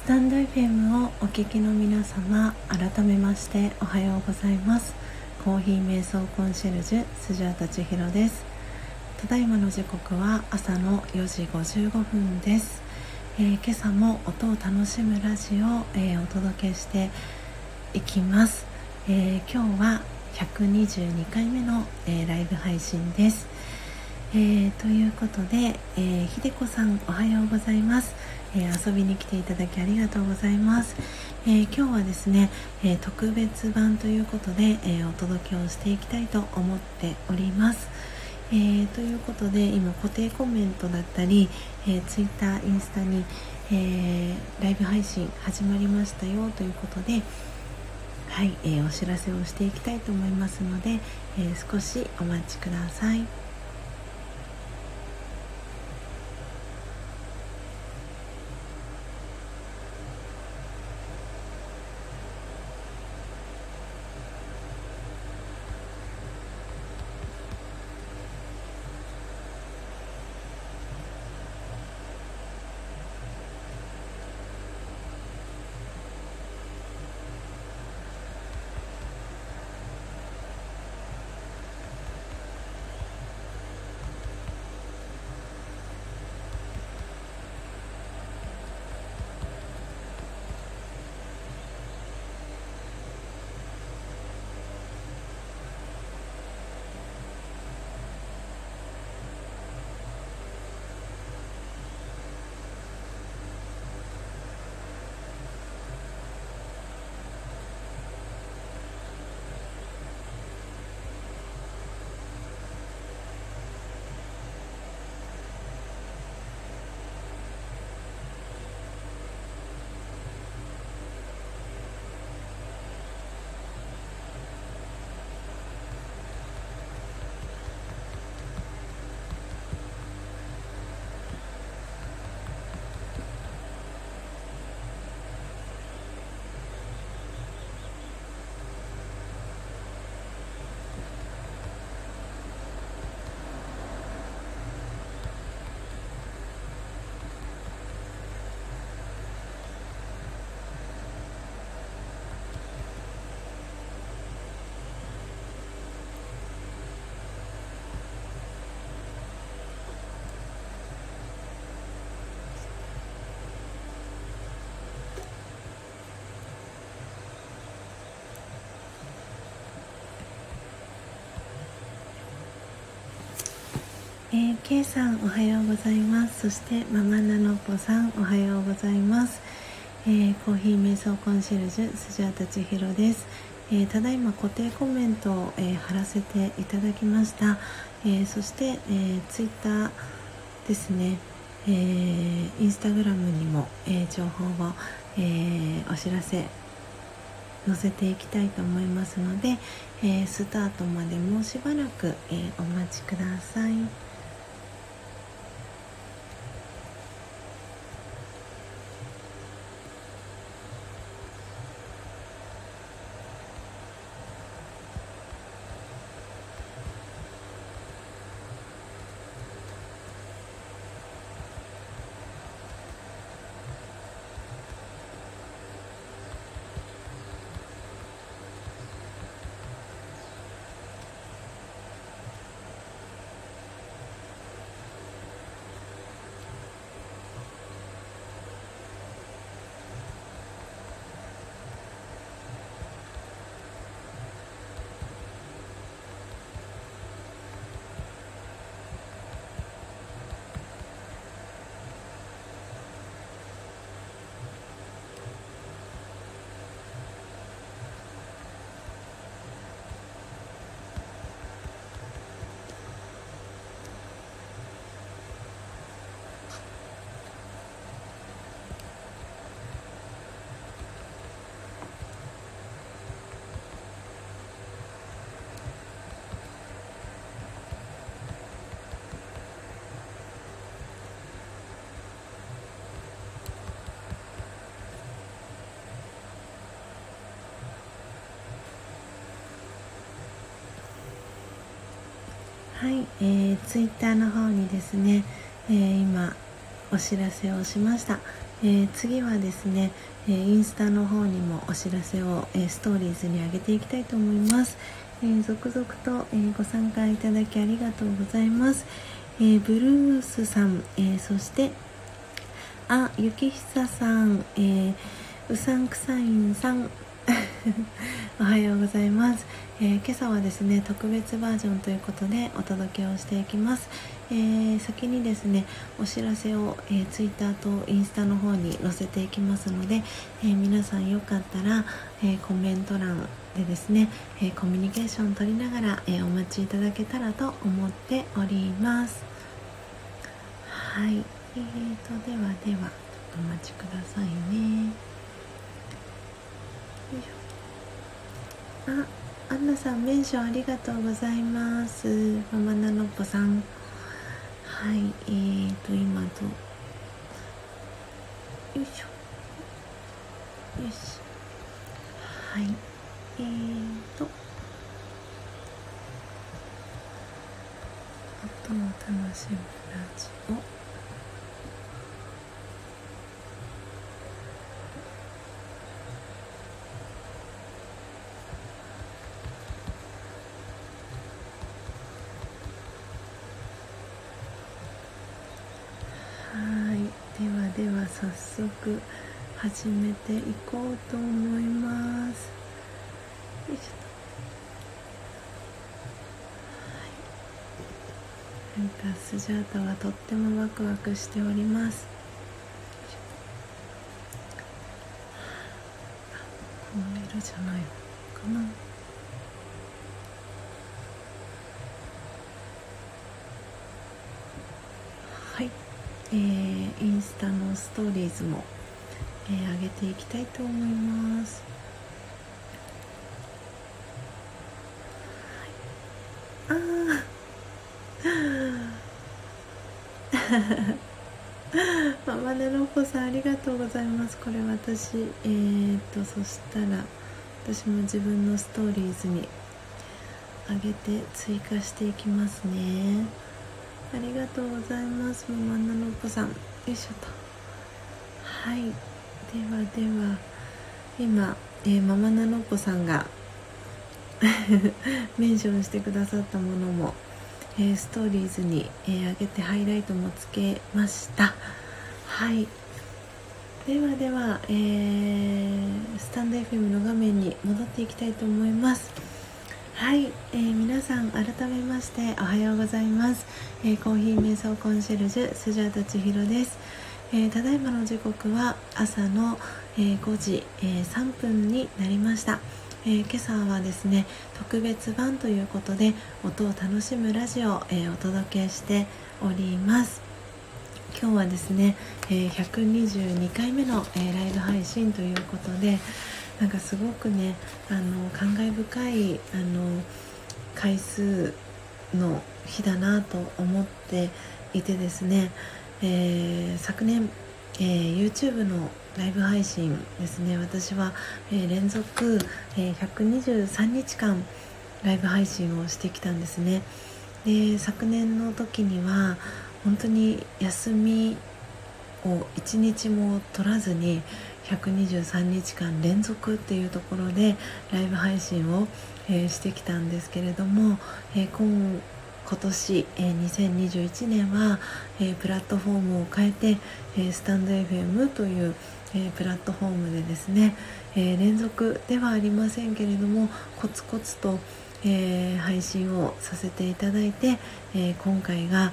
タンド FM をお聞きの皆様、改めましておはようございます。コーヒー瞑想コンシェルジュスジャータ千尋です。ただいまの時刻は朝の4時55分です。今朝も音を楽しむラジオを、お届けしていきます。今日は122回目の、ライブ配信です。ということで、ひでこさんおはようございます。遊びに来ていただきありがとうございます。今日はですね、特別版ということで、お届けをしていきたいと思っております。ということで今固定コメントだったり、ツイッター、インスタに、ライブ配信始まりましたよということで、はい、お知らせをしていきたいと思いますので、少しお待ちください。K さんおはようございます。そしてママナノポさんおはようございます。コーヒー瞑想コンシェルジュスジャータ千尋です。ただいま固定コメントを、貼らせていただきました。そして、ツイッターですね、インスタグラムにも、情報を、お知らせ載せていきたいと思いますので、スタートまでもうしばらく、お待ちください。はい、ツイッターの方にですね、今お知らせをしました。 次はですね、インスタの方にもお知らせを、ストーリーズに上げていきたいと思います。続々と、ご参加いただきありがとうございます。ブルースさん、そしてゆきひささん、うさんくさいんさんおはようございます。今朝はですね特別バージョンということでお届けをしていきます。先にですねお知らせを、ツイッターとインスタの方に載せていきますので、皆さんよかったら、コメント欄でですね、コミュニケーションを取りながら、お待ちいただけたらと思っております。はい、ではではちょっとお待ちくださいね。よいしょ。アンナさんメンションありがとうございます。ママナノッポさん、はい、今とよいしょ、よし、はい、音を楽しむラジオ。では早速始めていこうと思います。よいしょ。なんかスジャータはとってもワクワクしております。この色じゃないのかな。はい、インスタのストーリーズも、上げていきたいと思います。ママネロポさんありがとうございます。これ私そしたら私も自分のストーリーズに上げて追加していきますね。ありがとうございます。ママナノッポさん、よいしょと。はい、では今、ママナノッポさんがメンションしてくださったものも、ストーリーズに、上げてハイライトもつけました。はい、では、スタンド FM の画面に戻っていきたいと思います。はい、皆さん改めましておはようございます。コーヒー瞑想コンシェルジュスジャータ千尋です。ただいまの時刻は朝の、5時、3分になりました。今朝はですね特別版ということで音を楽しむラジオを、お届けしております。今日はですね、122回目の、ライブ配信ということで、なんかすごくね感慨深い回数の日だなと思っていてですね、昨年、YouTube のライブ配信ですね、私は、連続、123日間ライブ配信をしてきたんですね。で昨年の時には本当に休みを1日も取らずに123日間連続っていうところでライブ配信を、してきたんですけれども、今年、2021年は、プラットフォームを変えて、スタンド FM という、プラットフォームでですね、連続ではありませんけれどもコツコツと、配信をさせていただいて、今回が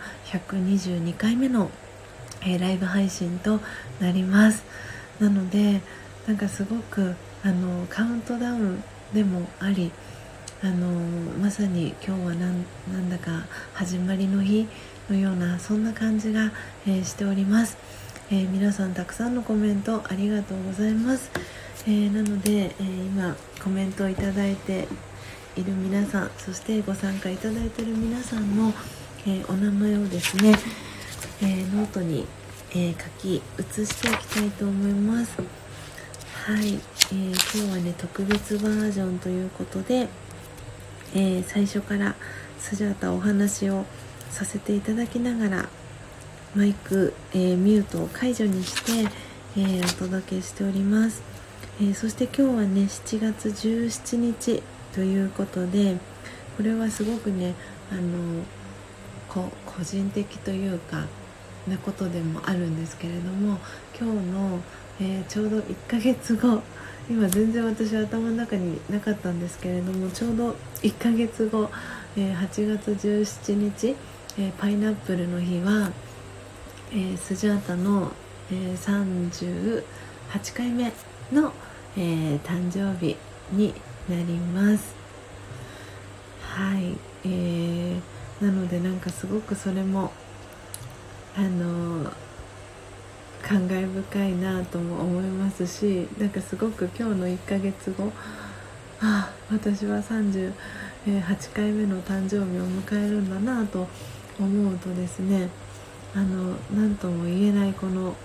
122回目の、ライブ配信となります。なのでなんかすごくカウントダウンでもありまさに今日はなんだか始まりの日のようなそんな感じが、しております。皆さんたくさんのコメントありがとうございます。なので、今コメントをいただいている皆さん、そしてご参加いただいている皆さんの、お名前をですね、ノートに、書き写していきたいと思います。はい、今日はね特別バージョンということで、最初からスジャータお話をさせていただきながらマイク、ミュートを解除にして、 お届けしております。そして今日はね7月17日ということで、これはすごくね個人的というかなことでもあるんですけれども、今日の、ちょうど1ヶ月後、今全然私頭の中になかったんですけれども、ちょうど1ヶ月後、8月17日、パイナップルの日は、スジャータの、38回目の、誕生日になります。はい、なのでなんかすごくそれも感慨深いなとも思いますし、なんかすごく今日の1ヶ月後、私は38回目の誕生日を迎えるんだなと思うとですね、なんとも言えないこの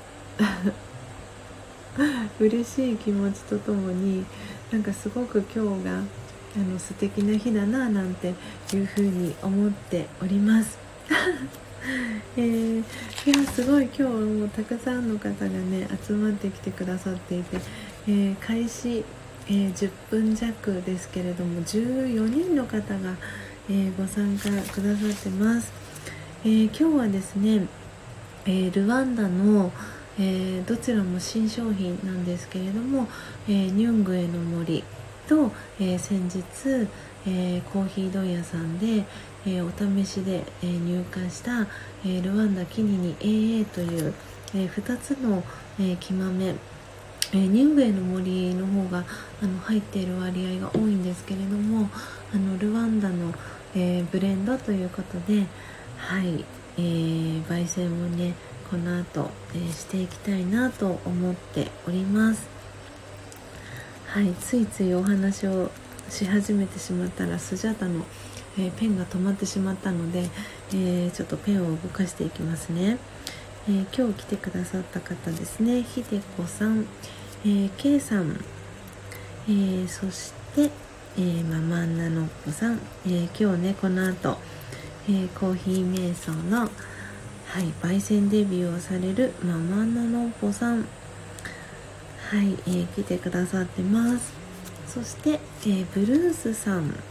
嬉しい気持ちとともに、なんかすごく今日が素敵な日だななんていうふうに思っておりますいやすごい今日はもうたくさんの方がね集まってきてくださっていて、開始、10分弱ですけれども14人の方が、ご参加くださってます。今日はですね、ルワンダの、どちらも新商品なんですけれども、ニュングエの森と、先日、コーヒー問屋さんで、お試しで、入荷した、ルワンダキニニ AA という、2つの、木豆、ニュングエの森の方が入っている割合が多いんですけれども、ルワンダの、ブレンドということで、はい、焙煎をねこの後、していきたいなと思っております。はい、ついついお話をし始めてしまったらスジャタの、ペンが止まってしまったので、ちょっとペンを動かしていきますね。今日来てくださった方ですね、ひでこさん、けいさん、そして、ママンナのっぽさん、今日ねこの後、コーヒー瞑想の、焙煎デビューをされるママンナのっぽさん、来てくださってます。そして、ブルースさん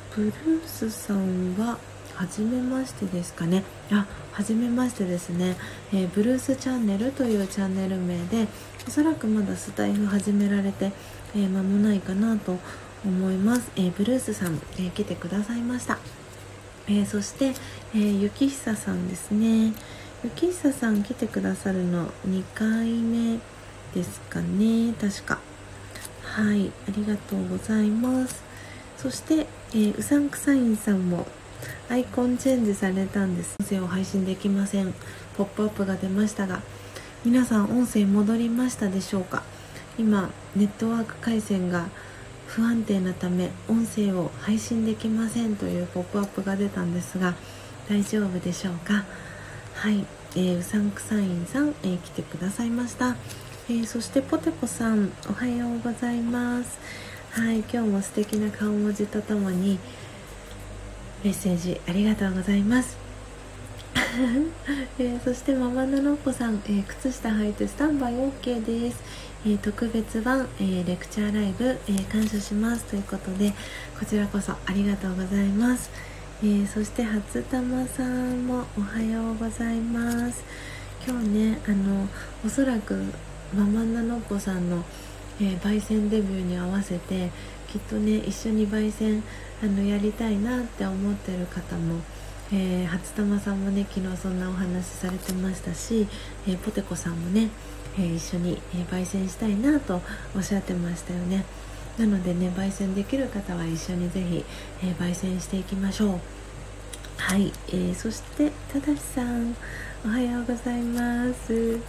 は初めましてですかね。初めましてですね。ブルースチャンネルというチャンネル名で、おそらくまだスタイフ始められて、間もないかなと思います。ブルースさん、来てくださいました。そして、ゆきひささんですね。ゆきひささん来てくださるの2回目ですかね、確か。ありがとうございます。そして、うさんくさいんさんもアイコンチェンジされたんです。音声を配信できません。ポップアップが出ましたが、皆さん音声戻りましたでしょうか。今ネットワーク回線が不安定なため音声を配信できませんというポップアップが出たんですが、大丈夫でしょうか。うさんくさいんさん、来てくださいました。そしてポテコさん、おはようございます。今日も素敵な顔文字とともにメッセージありがとうございますそしてママナノッポさん、靴下履いてスタンバイ OK です。特別版、レクチャーライブ、感謝しますということで、こちらこそありがとうございます。そして初玉さんもおはようございます。今日ねおそらくママナノッポさんの、焙煎デビューに合わせてきっとね一緒に焙煎やりたいなって思ってる方も、初玉さんもね昨日そんなお話されてましたし、ポテコさんもね、一緒に、焙煎したいなとおっしゃってましたよね。なのでね焙煎できる方は一緒にぜひ、焙煎していきましょう。そしてただしさんおはようございます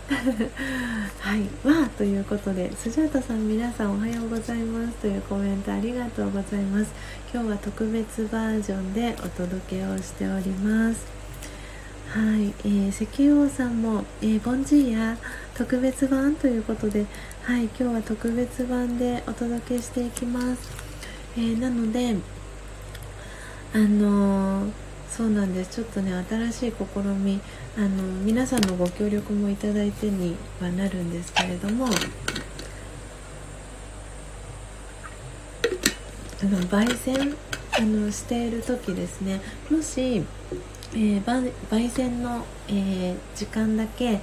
ということでスジャータさん皆さんおはようございますというコメントありがとうございます。今日は特別バージョンでお届けをしております。石油王さんも、ボンジーヤ特別版ということで、今日は特別版でお届けしていきます。なのでそうなんです。ちょっとね、新しい試み、皆さんのご協力もいただいてにはなるんですけれども、焙煎している時ですね、もし、焙煎の、時間だけ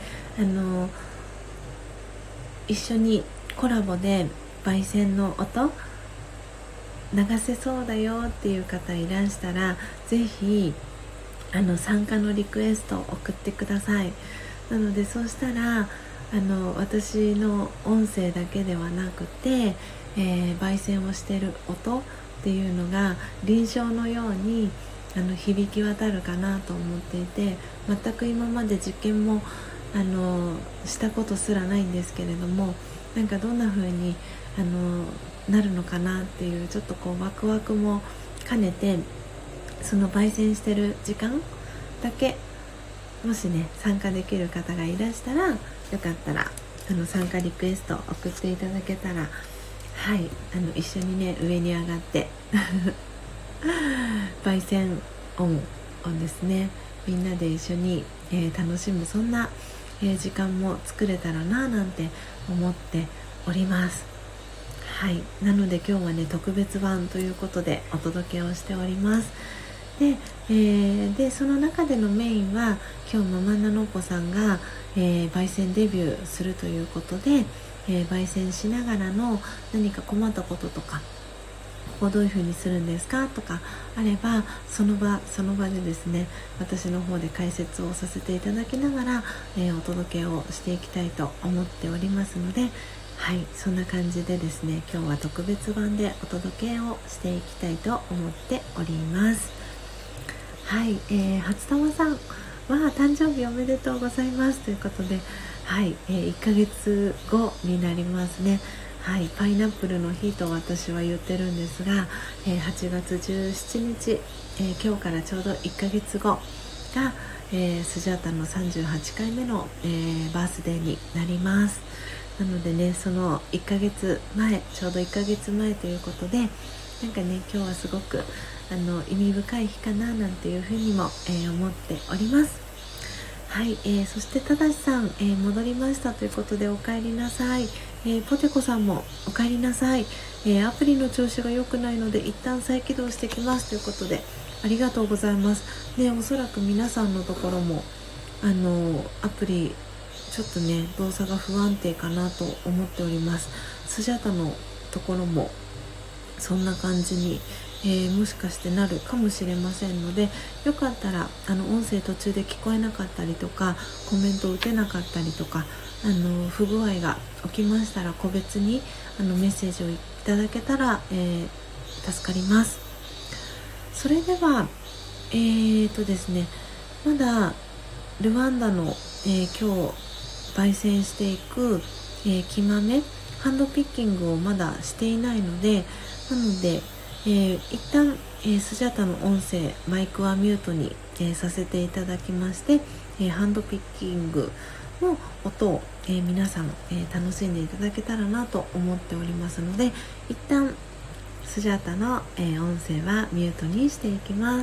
一緒にコラボで焙煎の音流せそうだよっていう方いらしたら、ぜひ参加のリクエストを送ってください。なのでそうしたら私の音声だけではなくて、焙煎をしている音っていうのが臨床のように響き渡るかなと思っていて、全く今まで実験もしたことすらないんですけれども、なんかどんな風になるのかなっていう、ちょっとこうワクワクも兼ねて、その焙煎してる時間だけもしね参加できる方がいらしたら、よかったら参加リクエスト送っていただけたら、はい一緒にね上に上がって焙煎音をですね、みんなで一緒に、楽しむ、そんな、時間も作れたらななんて思っております。はい、なので今日はね特別版ということでお届けをしております。で、その中でのメインは今日ママナノコさんが、焙煎デビューするということで、焙煎しながらの何か困ったこととか、ここどういう風にするんですかとかあれば、その場でですね、私の方で解説をさせていただきながら、お届けをしていきたいと思っておりますので、はい、そんな感じでですね、今日は特別版でお届けをしていきたいと思っております。はい、初玉さんは誕生日おめでとうございますということで、はい、1ヶ月後になりますね。はい、パイナップルの日と私は言ってるんですが、8月17日、今日からちょうど1ヶ月後が、スジャータの38回目の、バースデーになります。なのでね、その1ヶ月前、ちょうど1ヶ月前ということで、なんかね、今日はすごく意味深い日かななんていうふうにも、思っております。はい、そしてただしさん、戻りましたということでお帰りなさい。ポテコさんもお帰りなさい。アプリの調子が良くないので一旦再起動してきますということで、ありがとうございます。ね、おそらく皆さんのところもアプリちょっとね動作が不安定かなと思っております。スジャタのところもそんな感じに、もしかしてなるかもしれませんので、よかったら音声途中で聞こえなかったりとか、コメント打てなかったりとか、不具合が起きましたら個別にメッセージをいただけたら、助かります。それではですね、まだルワンダの、今日焙煎していく、木豆ハンドピッキングをまだしていないので、なので、一旦、スジャタの音声マイクはミュートに、させていただきまして、ハンドピッキングの音を、皆さん、楽しんでいただけたらなと思っておりますので、一旦スジャタの、音声はミュートにしていきます。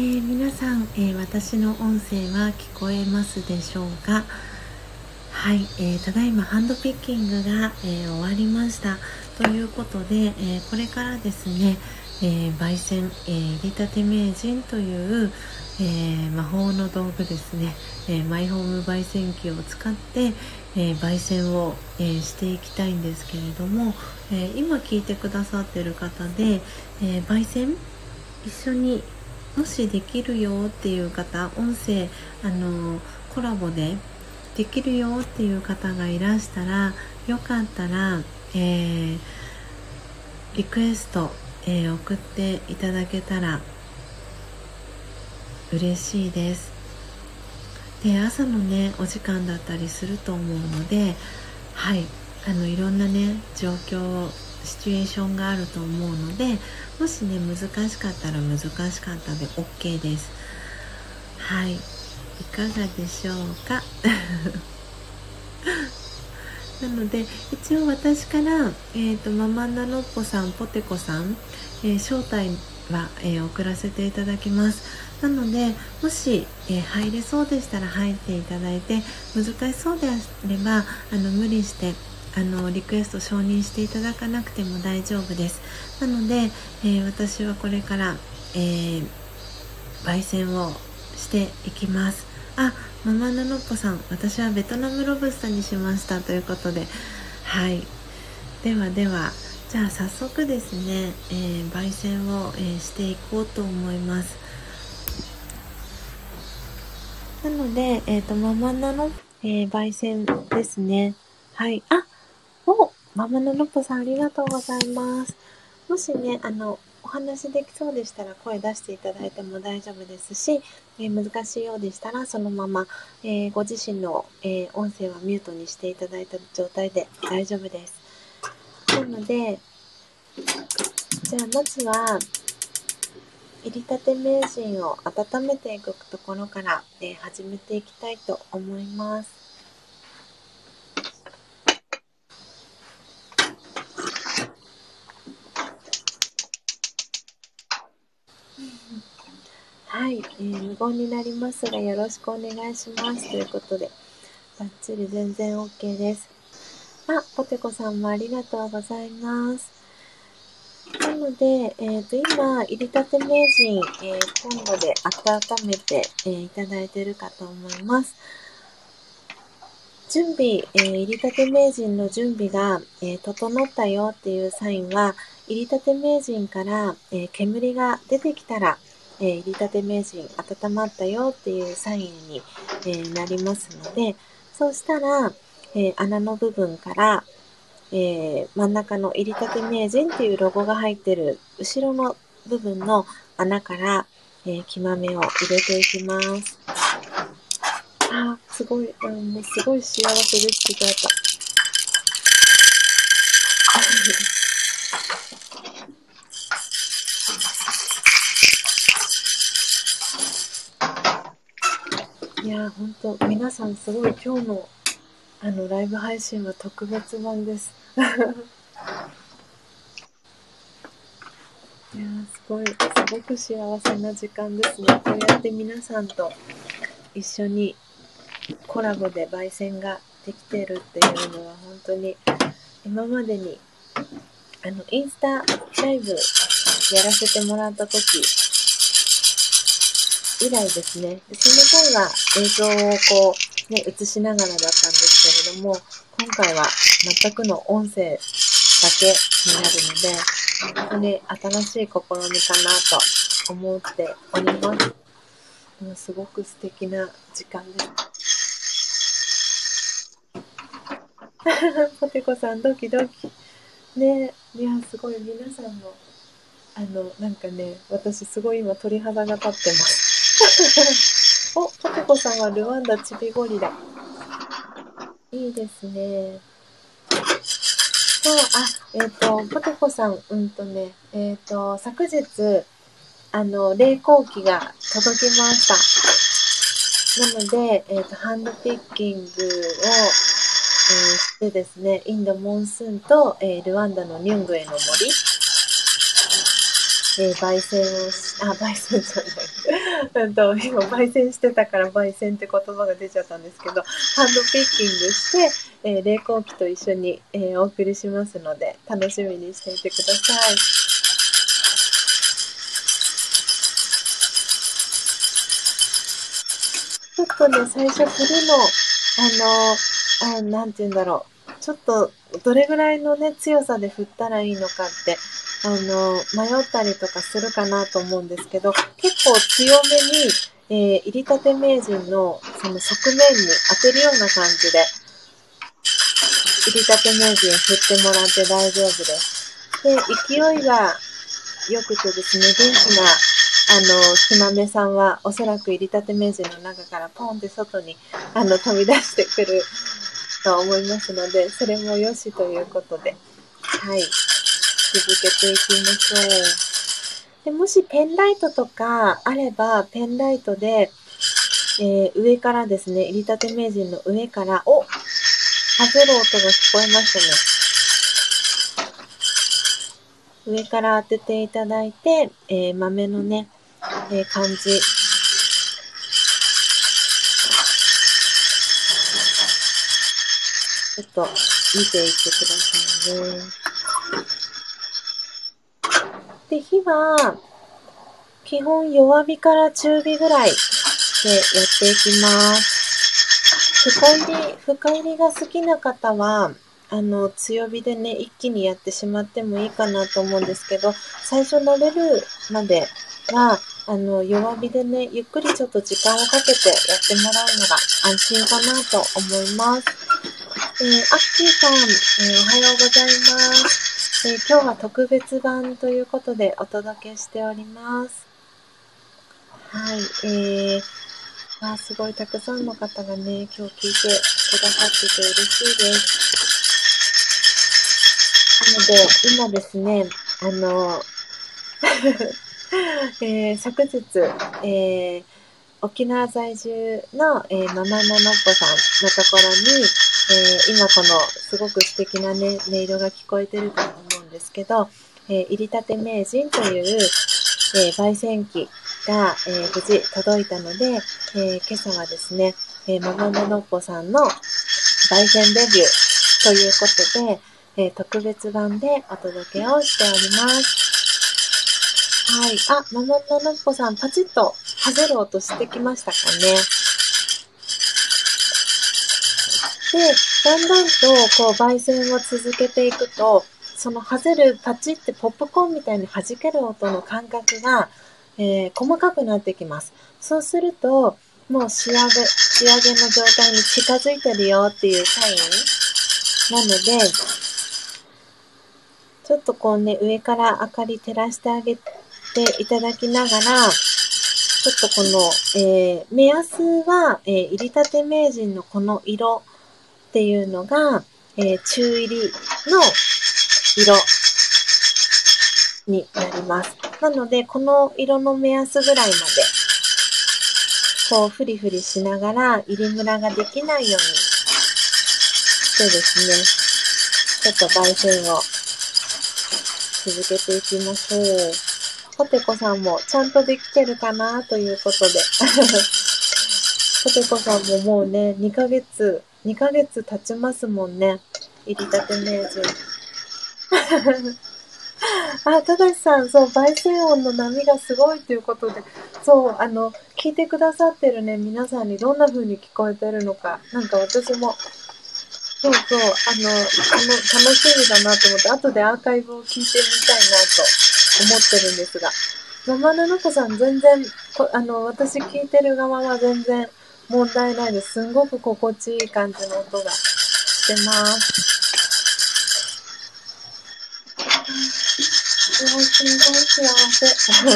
皆さん、私の音声は聞こえますでしょうか？はい、ただいまハンドピッキングが、終わりましたということで、これからですね、焙煎、入りたて名人という、魔法の道具ですね、マイホーム焙煎機を使って、焙煎を、していきたいんですけれども、今聞いてくださっている方で、焙煎一緒にもしできるよっていう方、音声コラボでできるよっていう方がいらしたら、よかったら、リクエスト、送っていただけたら嬉しいです。で、朝のねお時間だったりすると思うので、はい、いろんなね状況シチュエーションがあると思うので、もしね難しかったら難しかったで OK です。はい、いかがでしょうかなので一応私から、ママナノッポさん、ポテコさん、招待は、送らせていただきます。なのでもし、入れそうでしたら入っていただいて、難しそうであれば無理してリクエスト承認していただかなくても大丈夫です。なので、私はこれから、焙煎をしていきます。ママナノッポさん、私はベトナムロブスターにしましたということで、はい、ではでは、じゃあ早速ですね、焙煎を、していこうと思います。なので、ママナの、焙煎ですね。はい。ママナノッポさんありがとうございます。もしね、お話できそうでしたら声出していただいても大丈夫ですし、難しいようでしたらそのまま、ご自身の、音声はミュートにしていただいた状態で大丈夫です。なので、じゃあまずは入りたて名人を温めていくところから、始めていきたいと思います。はい、無言になりますがよろしくお願いしますということで、バッチリ全然 OK です。ポテコさんもありがとうございます。なので、今入りたて名人、コンロで温めて、いただいているかと思います。準備、入りたて名人の準備が、整ったよっていうサインは、入りたて名人から、煙が出てきたら、入りたて名人温まったよっていうサインに、なりますので、そうしたら、穴の部分から、真ん中の入りたて名人っていうロゴが入ってる後ろの部分の穴から、木豆を入れていきます。すごい、もうすごい幸せです。スジャータ。いやー、ほんと、皆さんすごい今日のライブ配信は特別版です。いやー、すごく幸せな時間ですね。こうやって皆さんと一緒にコラボで焙煎ができてるっていうのは本当に今までにインスタライブやらせてもらった時以来ですね。でその回は映像をこうね映しながらだったんですけれども、今回は全くの音声だけになるので、本当に新しい試みかなと思っております。すごく素敵な時間です。ポテコさんドキドキね。いやすごい皆さんのなんかね、私すごい今鳥肌が立ってます。ポテコさんはルワンダチビゴリラ。いいですね。ポテコさん、昨日、冷凍機が届きました。なので、ハンドピッキングを、してですね、インドモンスーンと、ルワンダのニュングエの森焙煎を焙煎じゃない今焙煎してたから焙煎って言葉が出ちゃったんですけど、ハンドピッキングして、冷凍機と一緒に、お送りしますので楽しみにしていてください。ちょっとね、最初振るの、なんて言うんだろう。ちょっと、どれぐらいのね、強さで振ったらいいのかって、迷ったりとかするかなと思うんですけど、結構強めに、入りたて名人のその側面に当てるような感じで、入りたて名人振ってもらって大丈夫です。で、勢いが良くてですね、元気な、ひまめさんは、おそらく入りたて名人の中からポンって外に、飛び出してくると思いますので、それも良しということで、はい、続けていきましょう。でもしペンライトとかあれば、ペンライトで、上からですね、入りたて名人の上から、外る音が聞こえましたね。上から当てていただいて、豆のね、感じ。ちょっと見ていってくださいね。で、火は、基本弱火から中火ぐらいでやっていきます。深入りが好きな方は、強火でね、一気にやってしまってもいいかなと思うんですけど、最初慣れるまでは、弱火でね、ゆっくりちょっと時間をかけてやってもらうのが安心かなと思います。アッキーさん、おはようございます。今日は特別版ということでお届けしております。はい、すごいたくさんの方がね、今日聞いてくださってて嬉しいです。なので、今ですね、昨日、沖縄在住の、ママナノッポさんのところに、今このすごく素敵なね、音色が聞こえてると思うんですけど、入りたて名人という、焙煎機が、無事届いたので、今朝はですね、ママナノッポさんの焙煎デビューということで、特別版でお届けをしております。はい。ママナノッポさん、パチッと外る音してきましたかね。で、だんだんとこう焙煎を続けていくと、その外るパチってポップコーンみたいに弾ける音の感覚が、細かくなってきます。そうすると、もう仕上げの状態に近づいてるよっていうサインなので、ちょっとこうね、上から明かり照らしてあげていただきながら、ちょっとこの、目安は、入りたて名人のこの色っていうのが、中入りの色になります。なので、この色の目安ぐらいまで、こう、フリフリしながら、入りムラができないようにしてですね、ちょっと焙煎を続けていきましょう。ポテコさんもちゃんとできてるかなということで。ポテコさんももうね、2ヶ月経ちますもんね。入りたて名人。ただしさん、そう、焙煎音の波がすごいということで、そう、聞いてくださってるね、皆さんにどんな風に聞こえてるのか、なんか私も、そう、楽しみだなと思って、後でアーカイブを聞いてみたいなと思ってるんですが、ママナノコさん全然、私聞いてる側は全然問題ないです。すんごく心地いい感じの音がしてます。すごい幸せ。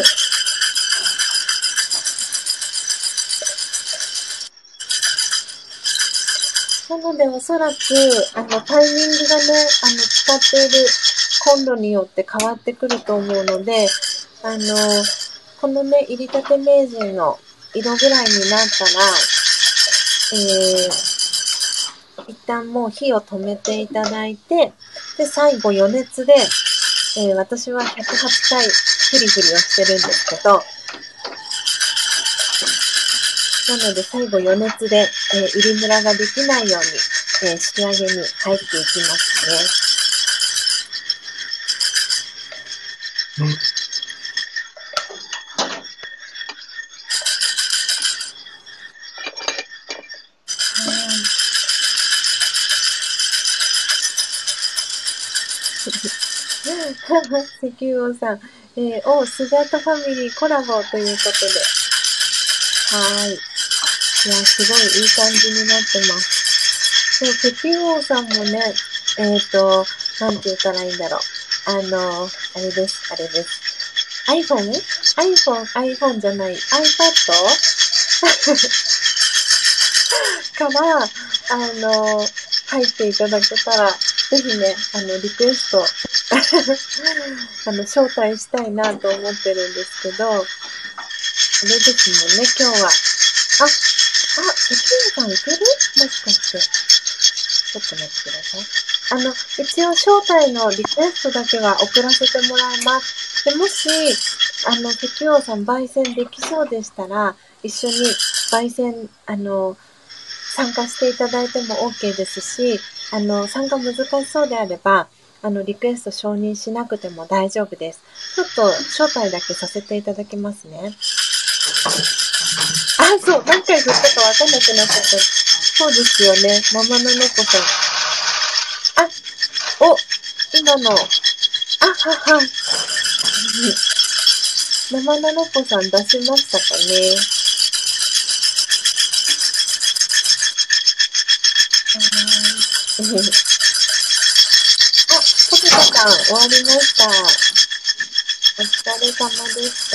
なのでおそらく、タイミングがね、使っているコンロによって変わってくると思うので、このね、入りたて名人の色ぐらいになったら、一旦もう火を止めていただいて、で、最後余熱で、私は108回フリフリをしてるんですけど、なので最後余熱で、入りムラができないように、仕上げに入っていきますね。石油王さん、スジャータファミリーコラボということで。いや、すごいいい感じになってます。そう、石油王さんもね、なんて言ったらいいんだろう。あれです。iPhone じゃない、iPad? から、入っていただけたら、ぜひね、リクエスト、招待したいなと思ってるんですけど、あれですもんね、今日は。石油さんいける？もしかして。ちょっと待ってください。一応招待のリクエストだけは送らせてもらいます。で、もし、石油さん焙煎できそうでしたら、一緒に焙煎、参加していただいても OK ですし、参加難しそうであれば、リクエスト承認しなくても大丈夫です。ちょっと招待だけさせていただきますね。そう、何回振ったかわかんなくなっちゃった。そうですよね。ママののこさん。今の、生ののこさん出しましたかね。ポテトさん終わりました。お疲れ様でした。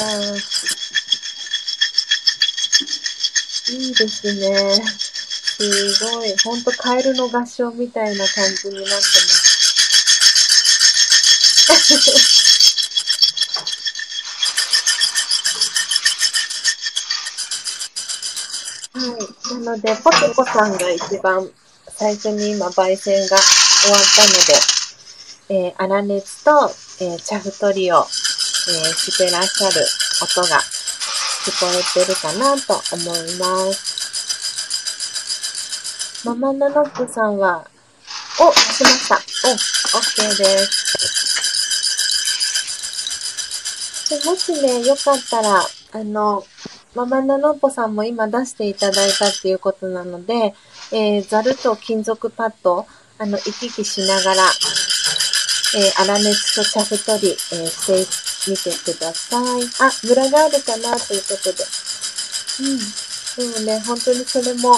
いいですね。すごい。ほんとカエルの合唱みたいな感じになってます。はい。なので、ポテコさんが一番最初に今、焙煎が終わったので、粗熱と、茶太りを、してらっしゃる音が聞こえてるかなと思います。ママナノップさんは、しました。OK です。でもしね、よかったら、ママナノッポさんも今出していただいたっていうことなので、ザルと金属パッド、行き来しながら、粗熱と茶太り、してみてください。ムラがあるかなということで。でもね、本当にそれも、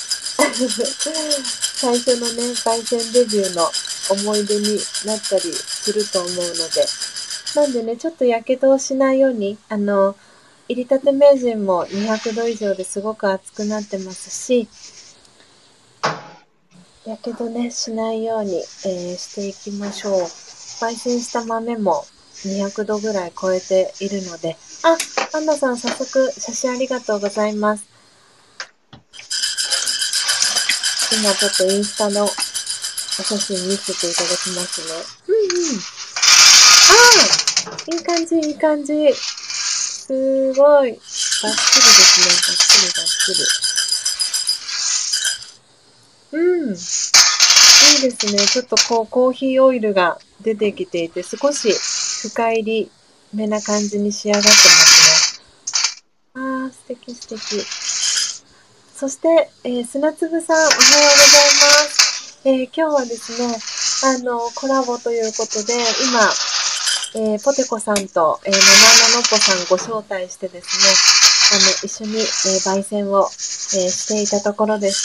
最初のね、焙煎デビューの思い出になったりすると思うので。なんでね、ちょっと火傷をしないように、入りたて名人も200度以上ですごく熱くなってますし、火傷ね、しないように、していきましょう。焙煎した豆も200度ぐらい超えているので、アンナさん早速写真ありがとうございます。今ちょっとインスタのお写真見せていただきますね。いい感じ、いい感じ。すごい。バッチリですね。バッチリ。いいですね。ちょっとコーヒーオイルが出てきていて、少し深入りめな感じに仕上がってますね。素敵素敵。そして、砂粒さん、おはようございます。今日はですね、コラボということで、今、ポテコさんと、ママナノッポさんご招待してですね、一緒に、焙煎を、していたところでした。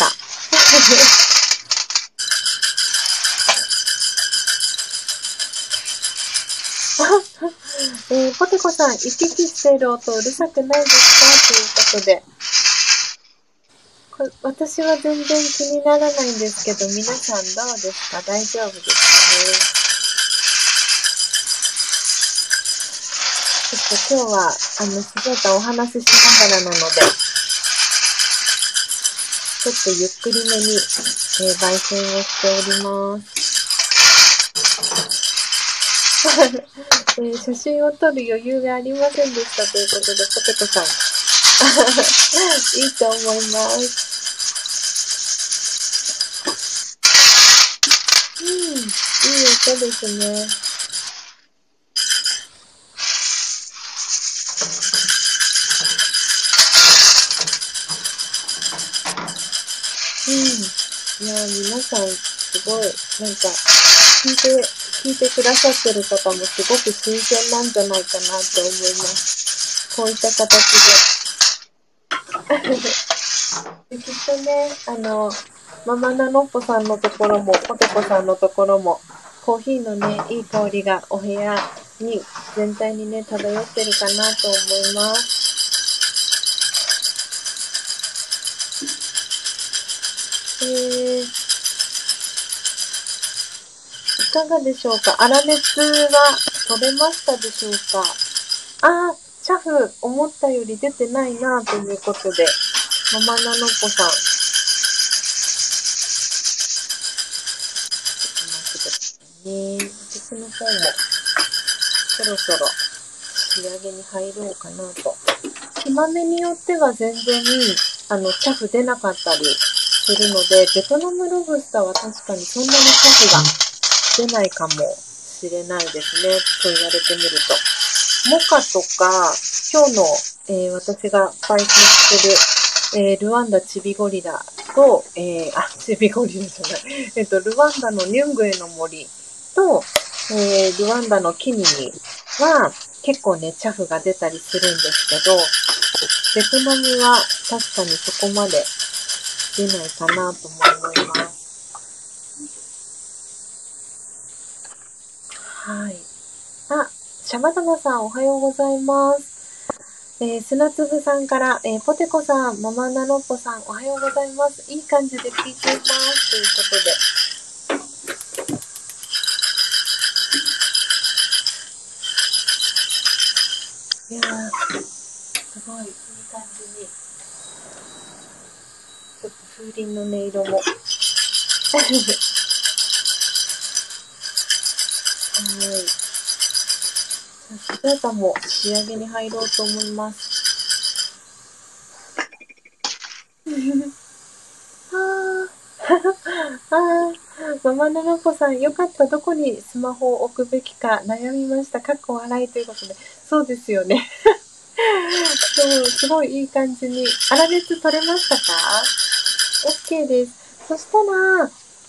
ポテコさん、行き来している音うるさくないですかということで。私は全然気にならないんですけど、皆さんどうですか？大丈夫ですかね？ちょっと今日は、すごいお話ししながらなので、ちょっとゆっくりめに、焙煎をしております。 写真を撮る余裕がありませんでしたということで、ポテトさん。いいと思います。いい音ですね。いや、皆さん、すごい、なんか、聞いてくださってる方もすごく新鮮なんじゃないかなと思います。こういった形で。きっとね、ママナノッポさんのところも、ポテコさんのところも、コーヒーのね、いい香りがお部屋に全体にね、漂ってるかなと思います。いかがでしょうか？粗熱は取れましたでしょうか？チャフ思ったより出てないなということで、ママナノコさん。ちょっと待ってくださいね。私の方もそろそろ仕上げに入ろうかなと。木豆によっては全然チャフ出なかったりするので、ベトナムロブスターは確かにそんなにチャフが出ないかもしれないですね。と言われてみると。モカとか、今日の、私が焙煎する、ルワンダチビゴリラと、チビゴリラじゃない。ルワンダのニュングエの森と、ルワンダのキニニは結構ね、チャフが出たりするんですけど、ベトナムは確かにそこまで出ないかなとも思います。はい。シャバダバさんおはようございます。砂粒さんから、ポテコさん、ママナノッポさんおはようございます。いい感じで聞いています。ということで。いやー、すごいいい感じに。ちょっと風鈴の音色も。はい。スジャータも仕上げに入ろうと思います。ママナノコさん、よかった。どこにスマホを置くべきか悩みました。かっこ笑いということで。そうですよね。そう、すごいいい感じに。粗熱取れましたか？ OK です。そしたら、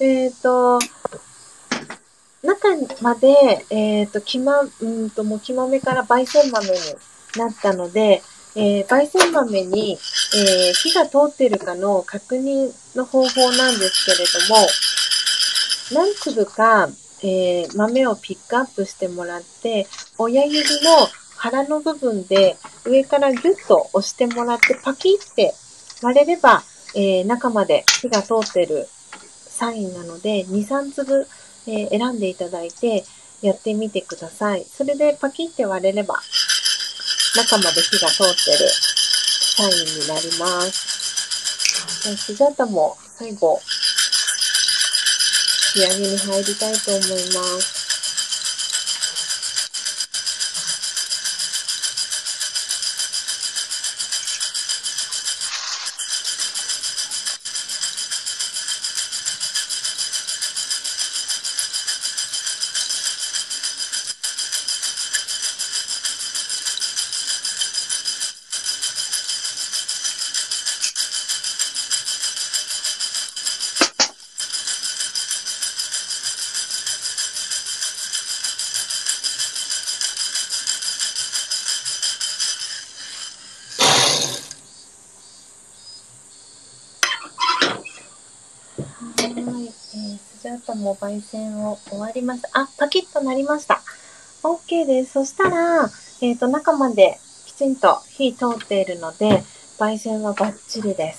中まで、もう木豆から焙煎豆になったので、焙煎豆に、火が通っているかの確認の方法なんですけれども、何粒か、豆をピックアップしてもらって、親指の腹の部分で上からギュッと押してもらってパキって割れれば、中まで火が通っているサインなので、2、3粒、選んでいただいてやってみてください。それでパキって割れれば中まで火が通っているサインになります。スジャータも最後仕上げに入りたいと思います。スジャータも焙煎を終わりました。パキッとなりました。OK です。そしたら、中まできちんと火通っているので、焙煎はバッチリです。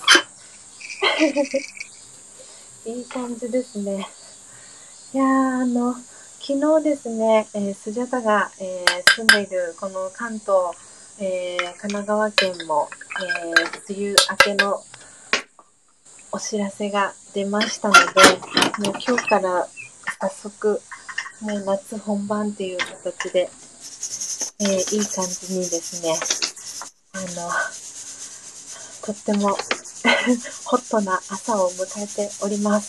いい感じですね。いやー、昨日ですね、スジャタが、住んでいるこの関東、神奈川県も、梅雨明けのお知らせが出ましたので、もう今日から早速、もう夏本番っていう形で、 いい感じにですね、とってもホットな朝を迎えております。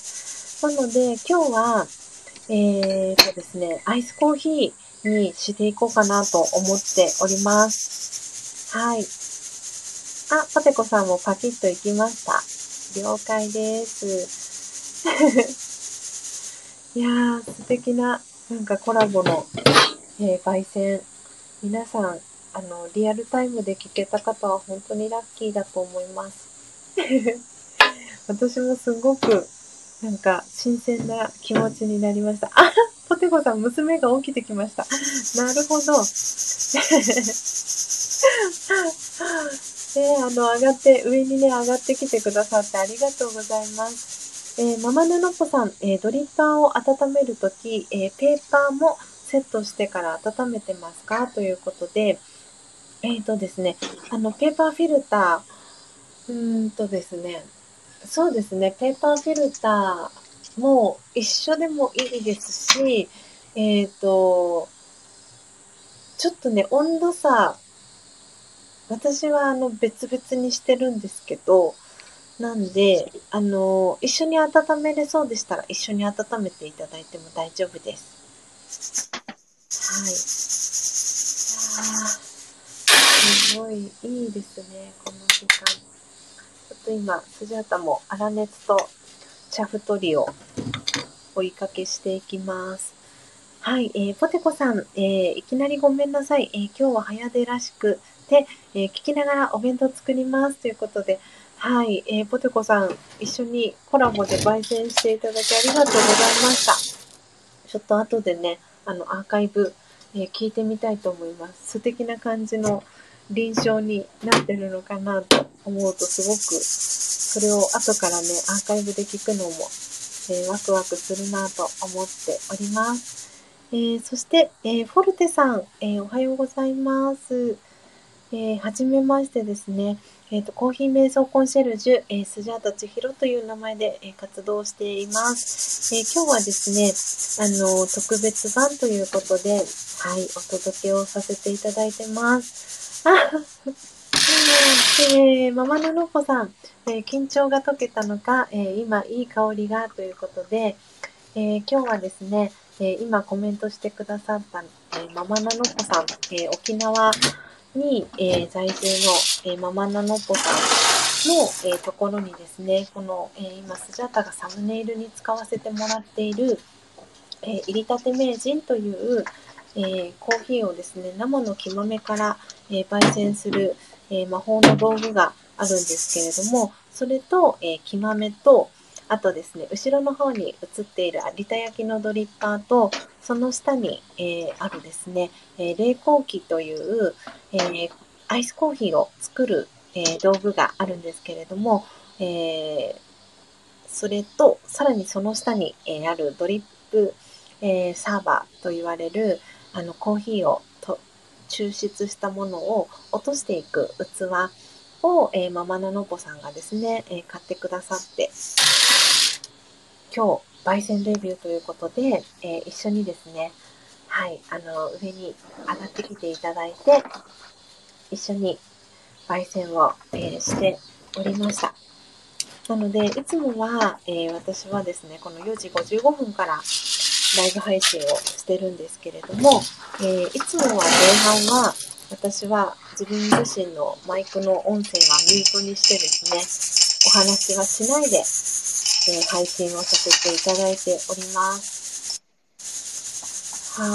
なので、今日は、ですね、アイスコーヒーにしていこうかなと思っております。はい。あ、ポテコさんもパキッといきました。了解です。いやー、素敵な、なんかコラボの、焙煎。皆さん、リアルタイムで聞けた方は本当にラッキーだと思います。私もすごく、なんか、新鮮な気持ちになりました。あ、ポテコさん、娘が起きてきました。なるほど。上がって、上にね、上がってきてくださってありがとうございます。ママヌノコさん、ドリッパーを温めるとき、ペーパーもセットしてから温めてますかということで、ですね、ペーパーフィルタですね、そうですね、ペーパーフィルターも一緒でもいいですし、ちょっとね、温度差、私は別々にしてるんですけど、なんで、一緒に温めれそうでしたら一緒に温めていただいても大丈夫です。はい。すごいいいですね、この時間。ちょっと今、スジャータも粗熱とチャフ取りを追いかけしていきます。はい、ポテコさん、いきなりごめんなさい。今日は早出らしくて、聞きながらお弁当作りますということで、はい、ポテコさん、一緒にコラボで焙煎していただきありがとうございました。ちょっと後でね、アーカイブ、聞いてみたいと思います。素敵な感じの臨床になってるのかなと思うと、すごく、それを後からね、アーカイブで聞くのも、ワクワクするなと思っております。そして、フォルテさん、おはようございます。はじめましてですね。コーヒー瞑想コンシェルジュ、スジャータ千尋という名前で、活動しています。今日はですね、特別版ということで、はい、お届けをさせていただいてます。ママののこさん、緊張が解けたのか、今いい香りがということで、今日はですね、今コメントしてくださった、ママナノポさん、沖縄に、在住の、ママナノポさんの、ところにですね、この、今スジャータがサムネイルに使わせてもらっている、入りたて名人という、コーヒーをですね、生の木豆から、焙煎する、魔法の道具があるんですけれども、それと、木豆と、あとですね、後ろの方に映っている有田焼のドリッパーと、その下に、あるですね、冷凍機という、アイスコーヒーを作る、道具があるんですけれども、それと、さらにその下に、あるドリップ、サーバーと言われる、コーヒーを抽出したものを落としていく器を、ママののぼさんがですね、買ってくださって、今日、焙煎デビューということで、一緒にですね、はい、上に上がってきていただいて、一緒に焙煎を、しておりました。なので、いつもは、私はですね、この4時55分からライブ配信をしてるんですけれども、いつもは前半は、私は自分自身のマイクの音声はミュートにしてですね、お話はしないで、配信をさせていただいております。はい。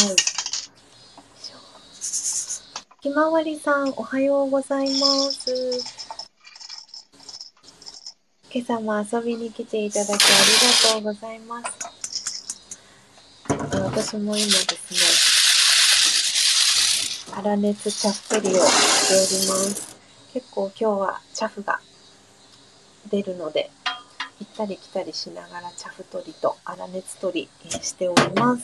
ひまわりさん、おはようございます。今朝も遊びに来ていただきありがとうございます。私も今ですね、粗熱チャップリをしております。結構今日はチャフが出るので、行ったり来たりしながらチャフ取りと粗熱取りしております。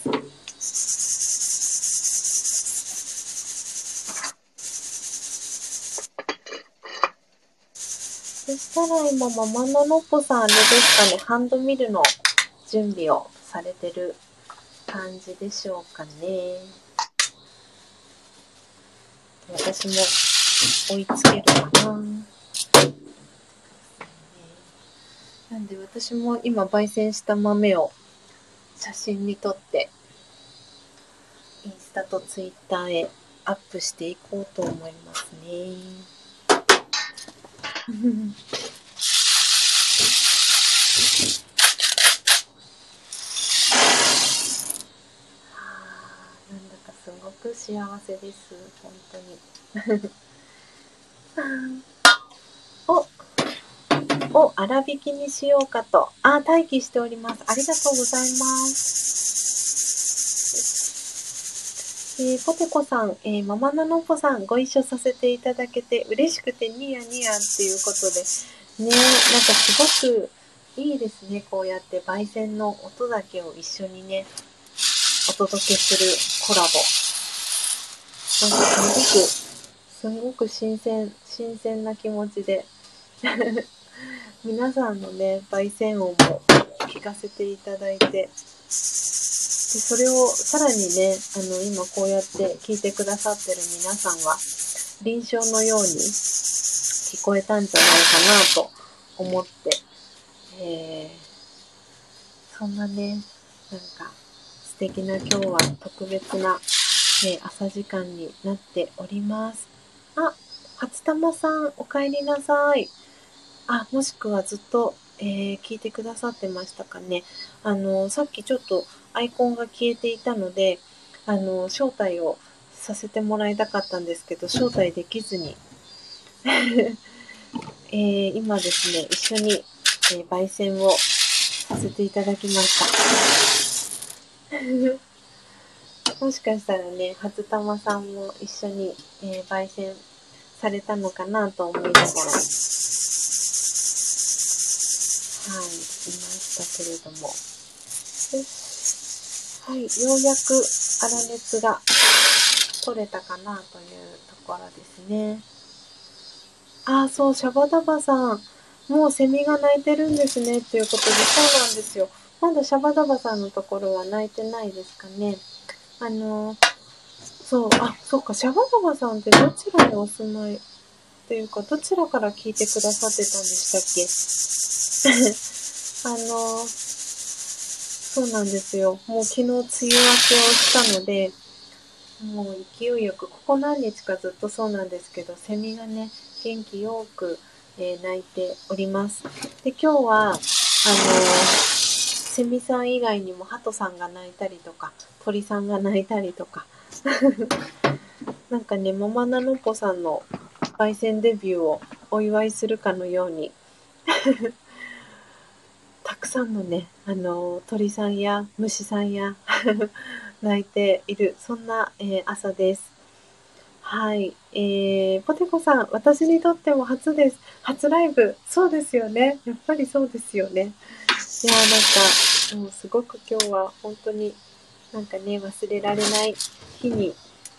そしたら今ママののっぽさんあれですかね、ハンドミルの準備をされてる感じでしょうかね。 私も追いつけるかな。なんで私も今焙煎した豆を写真に撮ってインスタとツイッターへアップしていこうと思いますね。なんだかすごく幸せです、本当に。を粗挽きにしようかと。待機しております。ありがとうございます。ポテコさん、ママナノポさん、ご一緒させていただけて嬉しくてニヤニヤっていうことで、ね、なんかすごくいいですね。こうやって焙煎の音だけを一緒にね、お届けするコラボ。なんかすごく新鮮な気持ちで。皆さんのね、焙煎音も聞かせていただいて、でそれをさらにね、今こうやって聞いてくださってる皆さんは、臨床のように聞こえたんじゃないかなと思って、そんなね、なんか素敵な今日は特別な、朝時間になっております。初玉さん、お帰りなさい。もしくはずっと、聞いてくださってましたかね。さっきちょっとアイコンが消えていたので、招待をさせてもらいたかったんですけど、招待できずに、今ですね、一緒に、焙煎をさせていただきました。もしかしたらね、初玉さんも一緒に、焙煎されたのかなと思いながら、いましたけれども。はい、ようやく粗熱が取れたかなというところですね。そう、シャバダバさん、もうセミが鳴いてるんですねっていうことで、そうなんですよ。まだシャバダバさんのところは鳴いてないですかね。そう、そうか、シャバダバさんってどちらにお住まいっていうか、どちらから聞いてくださってたんでしたっけそうなんですよ。もう昨日梅雨明けをしたので、もう勢いよく、ここ何日かずっとそうなんですけど、セミがね、元気よく、鳴いております。で、今日は、セミさん以外にもハトさんが鳴いたりとか、鳥さんが鳴いたりとか、なんかね、ママナノポさんの焙煎デビューをお祝いするかのように、たくさんのね、鳥さんや虫さんや鳴いている、そんな、朝です。はい。ポテコさん、私にとっても初です。初ライブ。そうですよね。やっぱりそうですよね。いやー、もうすごく今日は本当になんかね、忘れられない日に、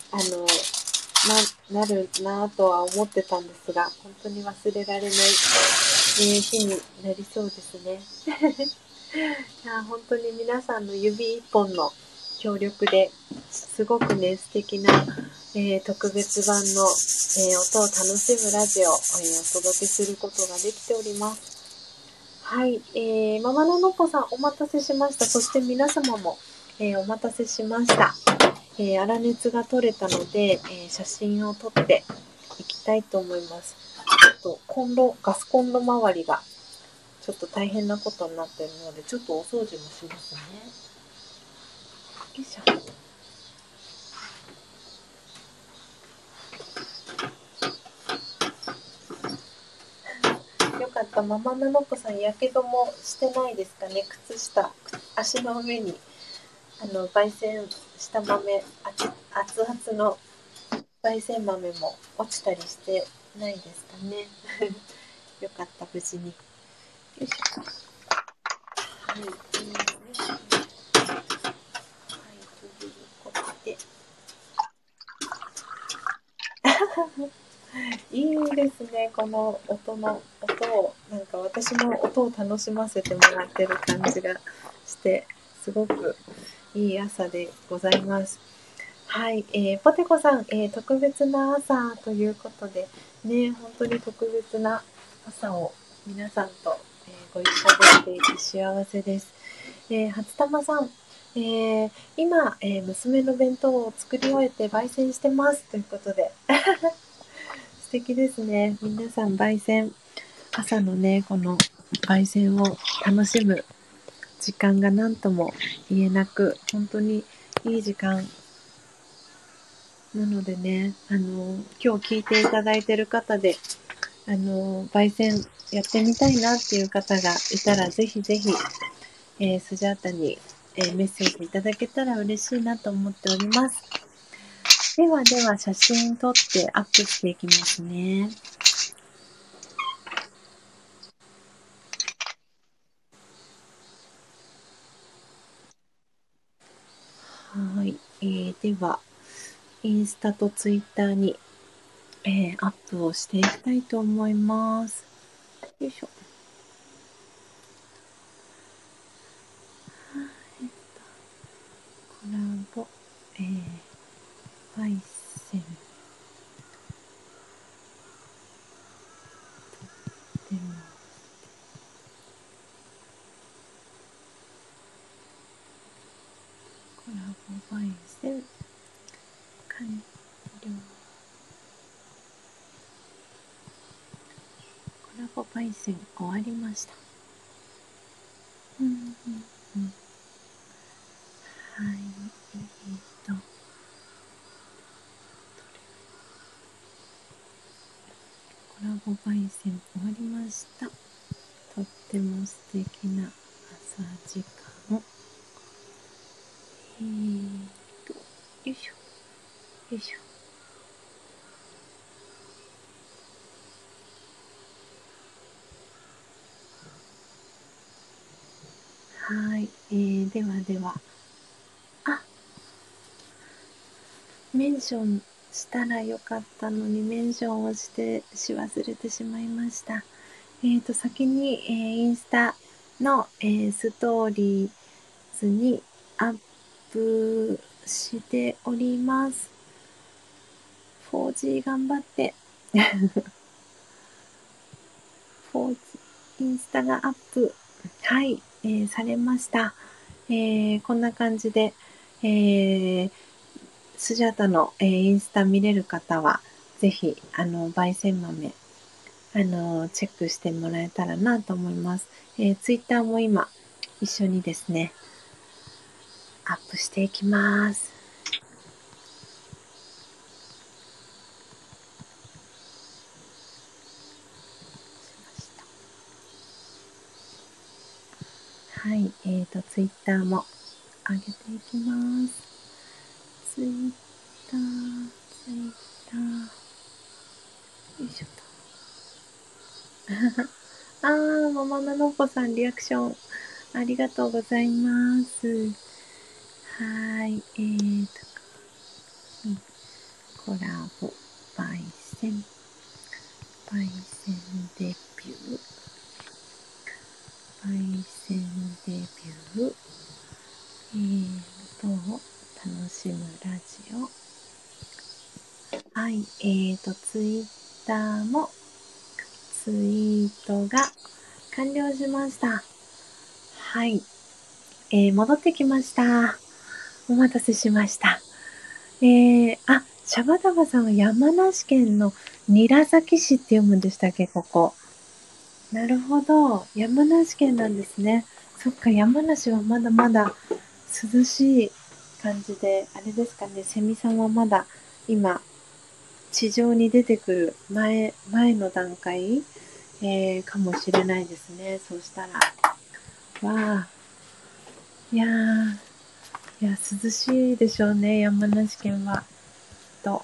なるなぁとは思ってたんですが、本当に忘れられない、日になりそうですね。いや本当に皆さんの指一本の協力ですごくね、素敵な、特別版の、音を楽しむラジオを、お届けすることができております。はい、ママののっぽさんお待たせしました。そして皆様も、お待たせしました。粗熱が取れたので、写真を撮っていきたいと思います。ちょっとガスコンロ周りがちょっと大変なことになっているので、ちょっとお掃除もしますね。よいしょ。よかった。ママナノコさん、やけどもしてないですかね。靴下、足の上に、焙煎した豆、熱々の焙煎豆も落ちたりしてないですかね。よかった、無事に。よいしょ。はい、いいですね、この音を、なんか私も音を楽しませてもらってる感じがして、すごくいい朝でございます。 はい、ポテコさん、特別な朝ということで、ね、本当に特別な朝を皆さんと、ご一緒できていて幸せです。初玉さん、今、娘の弁当を作り終えて焙煎してますということで、素敵ですね。皆さん焙煎、朝のね、この焙煎を楽しむ時間が何とも言えなく、本当にいい時間なのでね、今日聞いていただいている方で、焙煎やってみたいなっていう方がいたら、ぜひぜひ、スジャータに、メッセージいただけたら嬉しいなと思っております。ではでは、写真撮ってアップしていきますね。はい、では、インスタとツイッターに、アップをしていきたいと思います。よいしょ。コラボ、焙煎でもコラボ焙煎完了。コラボ焙煎終わりました。うんうんうん、はい、とコラボ焙煎終わりました。とっても素敵な朝時間。よいしょよいしょ。はい、ではでは、あ、メンションしたらよかったのにメンションをし忘れてしまいました。先に、インスタの、ストーリーズにアップしております。4G 頑張って。4G インスタがアップ、はい、されました。こんな感じで、スジャータの、インスタ見れる方は、ぜひ、焙煎豆、チェックしてもらえたらなと思います。ツイッターも今、一緒にですね、アップしていきます。はい、ツイッターも上げていきます。ツイッター、よいしょと。ママナノコさん、リアクション、ありがとうございます。はい、コラボ、焙煎デビュー、焙煎デビュー、楽しむラジオ。はい、ツイッターもツイートが完了しました。はい、戻ってきました。お待たせしました。シャバダバさんは山梨県の韮崎市って読むんでしたっけ、ここ。なるほど。山梨県なんですね。そっか、山梨はまだまだ涼しい感じで、あれですかね、セミさんはまだ今、地上に出てくる前の段階、かもしれないですね。そうしたら。わあ、いやー、いや、涼しいでしょうね、山梨県は。と。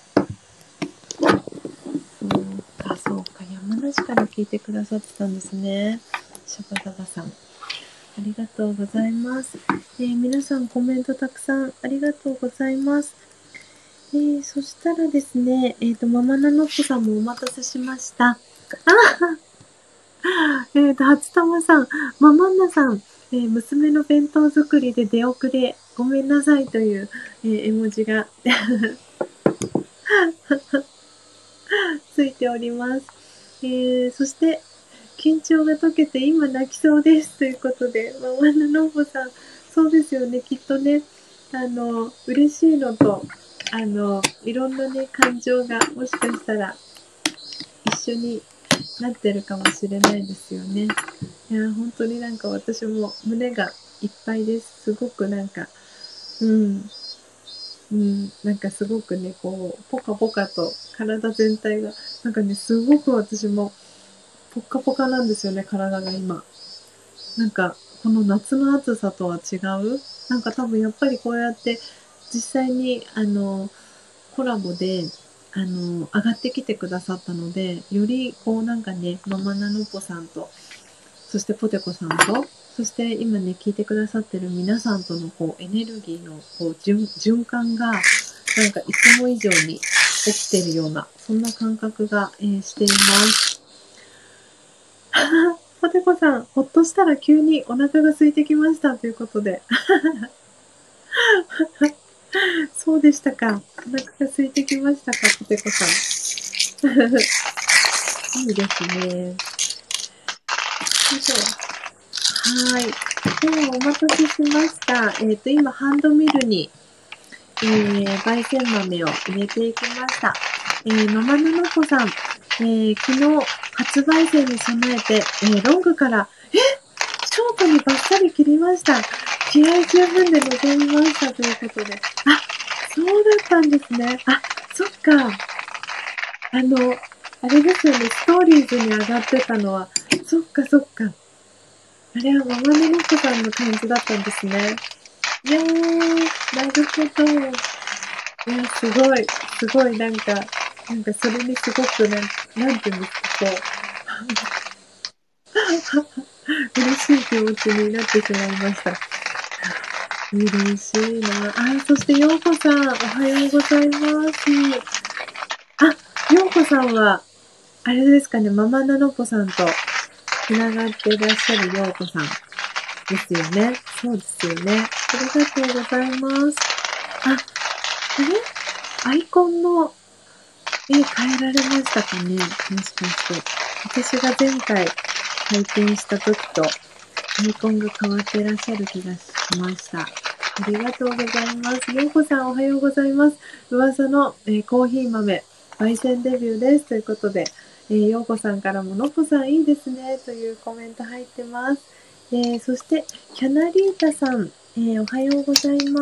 そうか、山梨から聞いてくださってたんですね。シャバダバさん。ありがとうございます。皆さんコメントたくさんありがとうございます。そしたらですね、ママナノッポさんもお待たせしました。初玉さん、ママンナさん、娘の弁当作りで出遅れ。 ごめんなさいという、絵文字がついております。そして、緊張が解けて今泣きそうですということで、ママナノボさん、そうですよね、きっとね、嬉しいのと、いろんなね、感情がもしかしたら一緒になってるかもしれないですよね。いや、本当になんか私も胸がいっぱいです。すごくなんか、うん、なんかすごくね、こう、ポカポカと体全体が、なんかね、すごく私もポッカポカなんですよね、体が今。なんか、この夏の暑さとは違うなんか多分やっぱりこうやって実際にコラボで上がってきてくださったので、よりこうなんかね、ママナノポさんと、そしてポテコさんと、そして今ね、聞いてくださってる皆さんとのこうエネルギーのこう循環が、なんかいつも以上に起きてるような、そんな感覚が、しています。ポテコさん、ほっとしたら急にお腹が空いてきましたということで。そうでしたか。お腹が空いてきましたか、ポテコさん。いいですね。はい。では、お待たせしました。今、ハンドミルに、焙煎豆を入れていきました。ママナノコさん、昨日、初焙煎に備えて、ロングから、ショートにバッサリ切りました。気合十分で臨みましたということで。あ、そうだったんですね。あ、そっか。あれですよね、ストーリーズに上がってたのは、そっかそっか。あれはママネロッコさんの感じだったんですね。いやー、なるほど。いや、すごい、すごい、なんかそれにすごくなんていうんですか、こう、嬉しい気持ちになってしまいました。嬉しいな。そして、ようこさん、おはようございます。ようこさんは、あれですかね、ママナノポさんとつながっていらっしゃるようこさんですよね。そうですよね。ありがとうございます。アイコンの絵変えられましたかね、もしかして。私が前回体験した時とアイコンが変わっていらっしゃる気がしました。ありがとうございます。ようこさんおはようございます。噂の、コーヒー豆、焙煎デビューです。ということで、ようこさんからも、のこさんいいですね。というコメント入ってます。そして、キャナリータさん、おはようございます。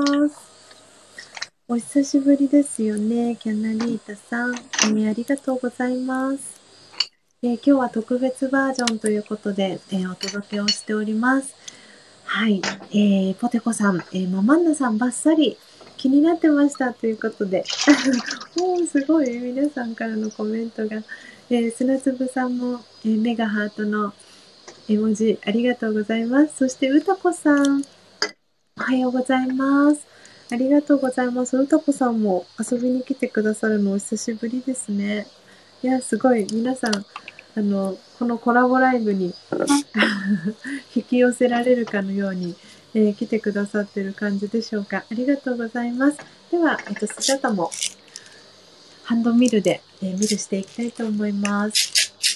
お久しぶりですよね、キャナリータさん。ありがとうございます。今日は特別バージョンということで、お届けをしております。はい。ポテコさん、ママンナさんばっさり気になってましたということで。おー、すごい。皆さんからのコメントが。砂粒さんも、メガハートの絵文字ありがとうございます。そして、うたこさん、おはようございます。ありがとうございます。うたこさんも遊びに来てくださるのお久しぶりですね。いや、すごい。皆さん、このコラボライブに引き寄せられるかのように、来てくださってる感じでしょうか。ありがとうございます。では、スジャタもハンドミルで、ミルしていきたいと思います。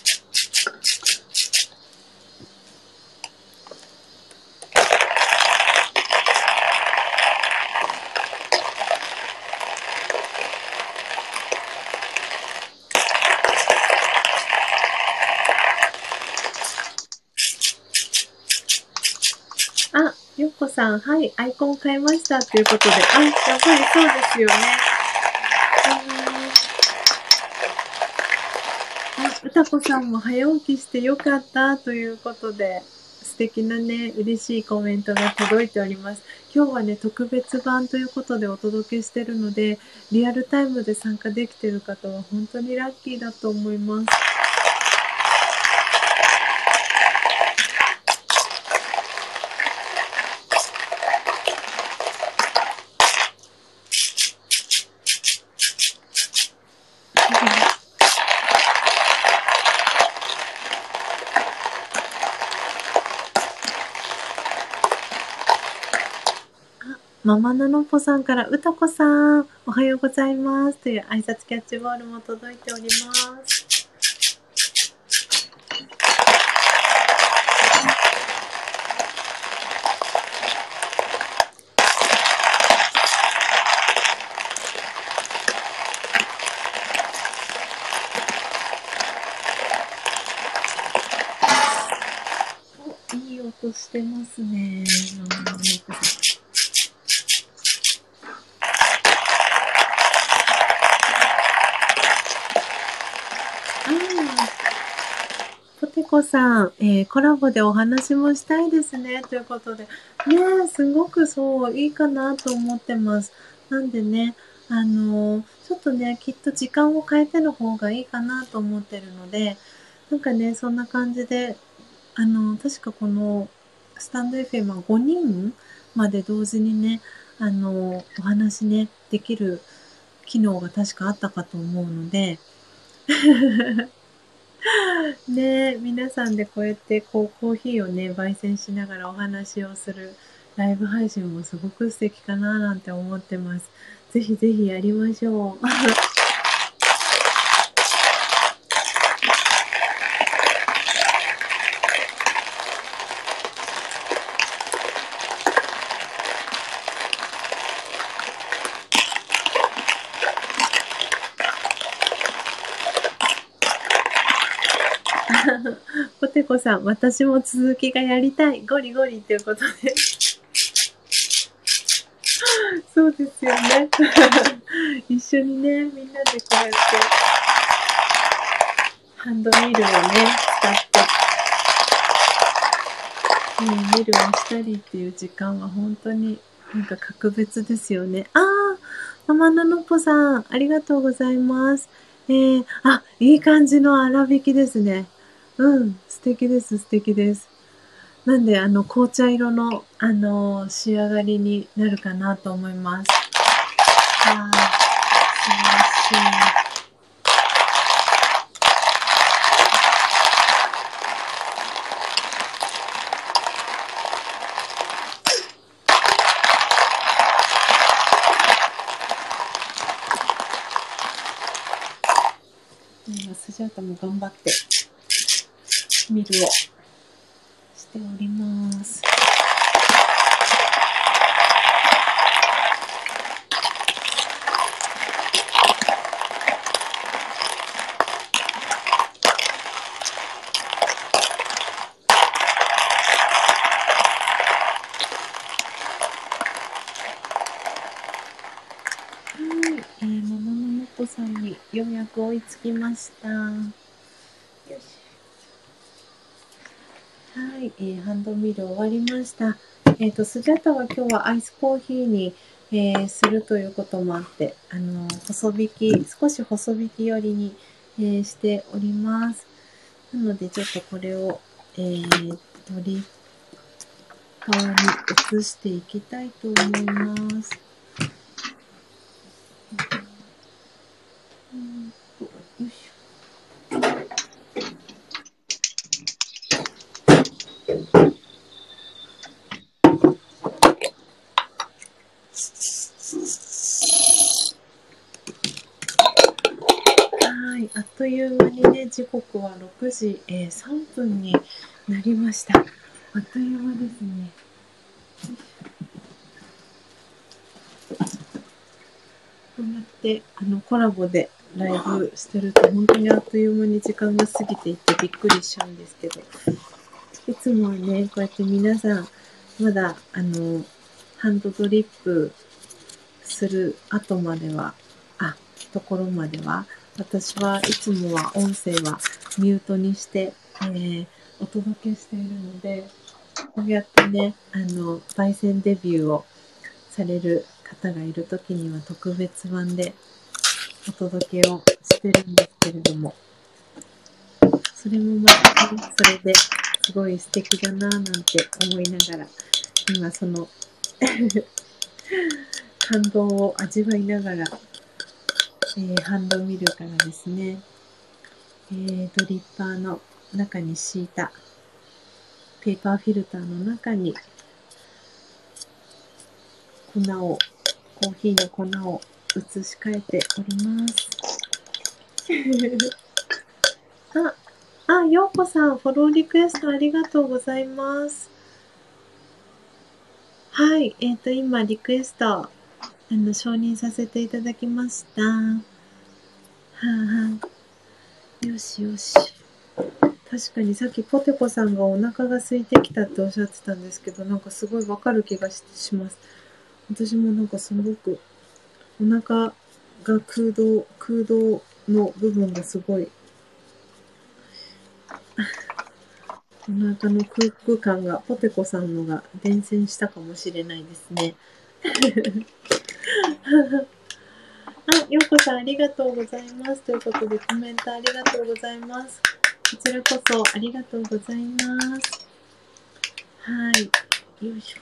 よっこさん、はい、アイコン変えましたということで、やっぱりそうですよね。うたこさんも早起きしてよかったということで、素敵なね、嬉しいコメントが届いております。今日はね、特別版ということでお届けしてるので、リアルタイムで参加できてる方は本当にラッキーだと思います。 ママナノポさんから歌子さん、おはようございますという挨拶キャッチボールも届いております。いい音してますね。ママナノポさん。ポテコさん、コラボでお話もしたいですね。ということで。ね、すごくそう、いいかなと思ってます。なんでね、ちょっとね、きっと時間を変えての方がいいかなと思ってるので、なんかね、そんな感じで、確かこのスタンド FM は5人まで同時にね、お話ね、できる機能が確かあったかと思うので、ね、皆さんでこうやってこうコーヒーをね、焙煎しながらお話をするライブ配信もすごく素敵かななんて思ってます。ぜひぜひやりましょう。ポテコさん、私も続きがやりたい。ゴリゴリということで。そうですよね。一緒にね、みんなでこうやってハンドミルをね、使って、ミルをしたりっていう時間は本当になんか格別ですよね。ママナノッポさん、ありがとうございます。いい感じの粗挽きですね。うん、素敵です、素敵です。なんで、紅茶色の、仕上がりになるかなと思います。はい、素晴らしい。今、スジャータも頑張ってミルをしております。ママのもこさんにようやく追いつきました。よし。はい、ハンドミル終わりました。スジャタは今日はアイスコーヒーに、するということもあって、少し細引き寄りに、しております。なので、ちょっとこれを、ドリッパーに移していきたいと思います。よいしょ。はい、あっという間にね、時刻は6時、3分になりました。あっという間ですね。こうやってコラボでライブしてると本当にあっという間に時間が過ぎていってびっくりしちゃうんですけど、いつもはね、こうやって皆さんまだハンドドリップする後までは、ところまでは、私はいつもは音声はミュートにして、お届けしているので、こうやってね、焙煎デビューをされる方がいるときには特別版でお届けをしてるんですけれども、それもまたね、それですごい素敵だなぁなんて思いながら、今その感動を味わいながら、ハンドミルからですね、ドリッパーの中に敷いたペーパーフィルターの中にコーヒーの粉を移し替えております。ようこさん、フォローリクエストありがとうございます。はい、今、リクエスト、承認させていただきました。よしよし。確かにさっきポテコさんがお腹が空いてきたっておっしゃってたんですけど、なんかすごいわかる気がします。私もなんかすごくお腹が空洞の部分がすごい、お腹の空腹感がポテコさんのが伝染したかもしれないですね。ようこさんありがとうございます。ということでコメントありがとうございます。こちらこそありがとうございます。はい。よいしょ。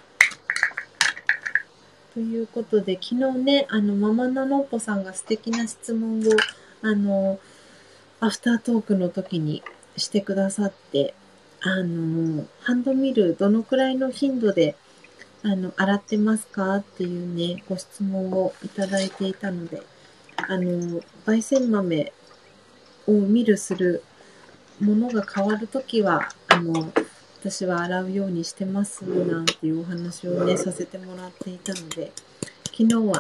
ということで、昨日ね、ママナノッポさんが素敵な質問を、アフタートークの時にしてくださって、ハンドミルどのくらいの頻度で、洗ってますかっていうね、ご質問をいただいていたので、焙煎豆をミルするものが変わるときは、私は洗うようにしてますなんていうお話をね、させてもらっていたので、昨日は、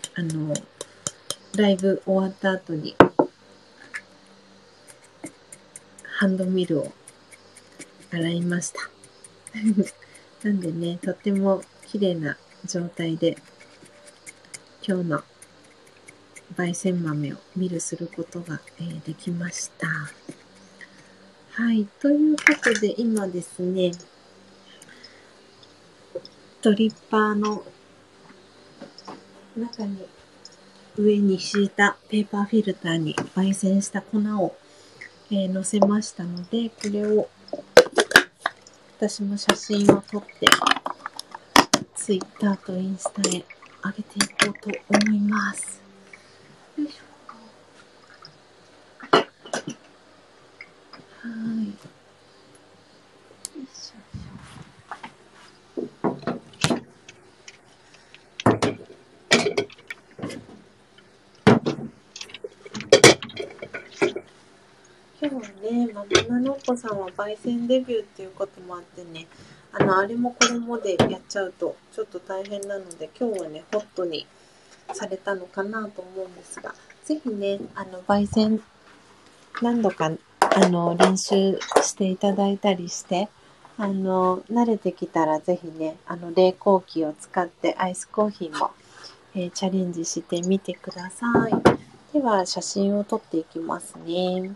ライブ終わった後に、ハンドミルを洗いました。なんでね、とっても綺麗な状態で、今日の焙煎豆をミルすることが、できました。はい。ということで、今ですね、ドリッパーの中に上に敷いたペーパーフィルターに焙煎した粉を、乗せましたので、これを私も写真を撮ってツイッターとインスタへ上げていこうと思います。よいしょ。はい。よいしょ。今日はね、ママナノッポさんは焙煎デビューっていうこともあってね、あれもこれもでやっちゃうとちょっと大変なので、今日はね、ホットにされたのかなと思うんですが、ぜひね、焙煎何度か、練習していただいたりして、慣れてきたらぜひね、冷凍機を使ってアイスコーヒーも、チャレンジしてみてください。では、写真を撮っていきますね。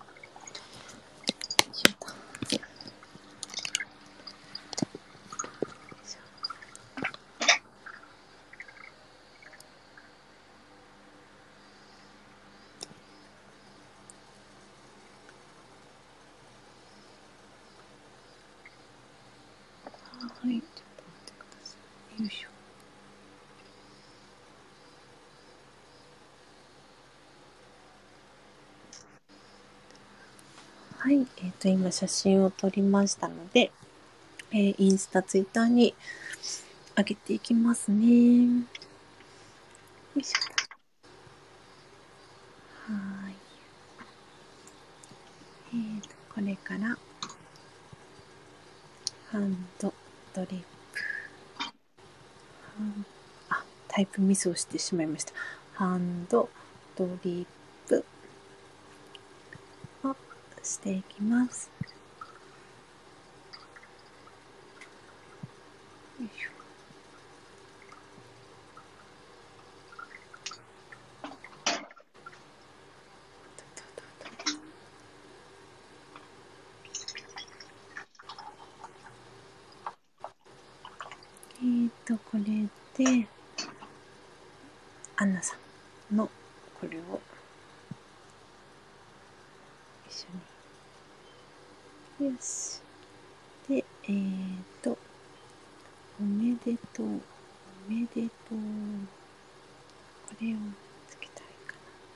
はい、ちょっと待ってください。よいしょ。はい、今写真を撮りましたので、インスタ、ツイッターに上げていきますね。よいしょ。はい。これからハンドドリップ。タイプミスをしてしまいました。ハンドドリップをしていきます。よいしょ。これでアンナさんのこれを一緒に、よし。で、おめでとう、おめでとう。これをつけたらいい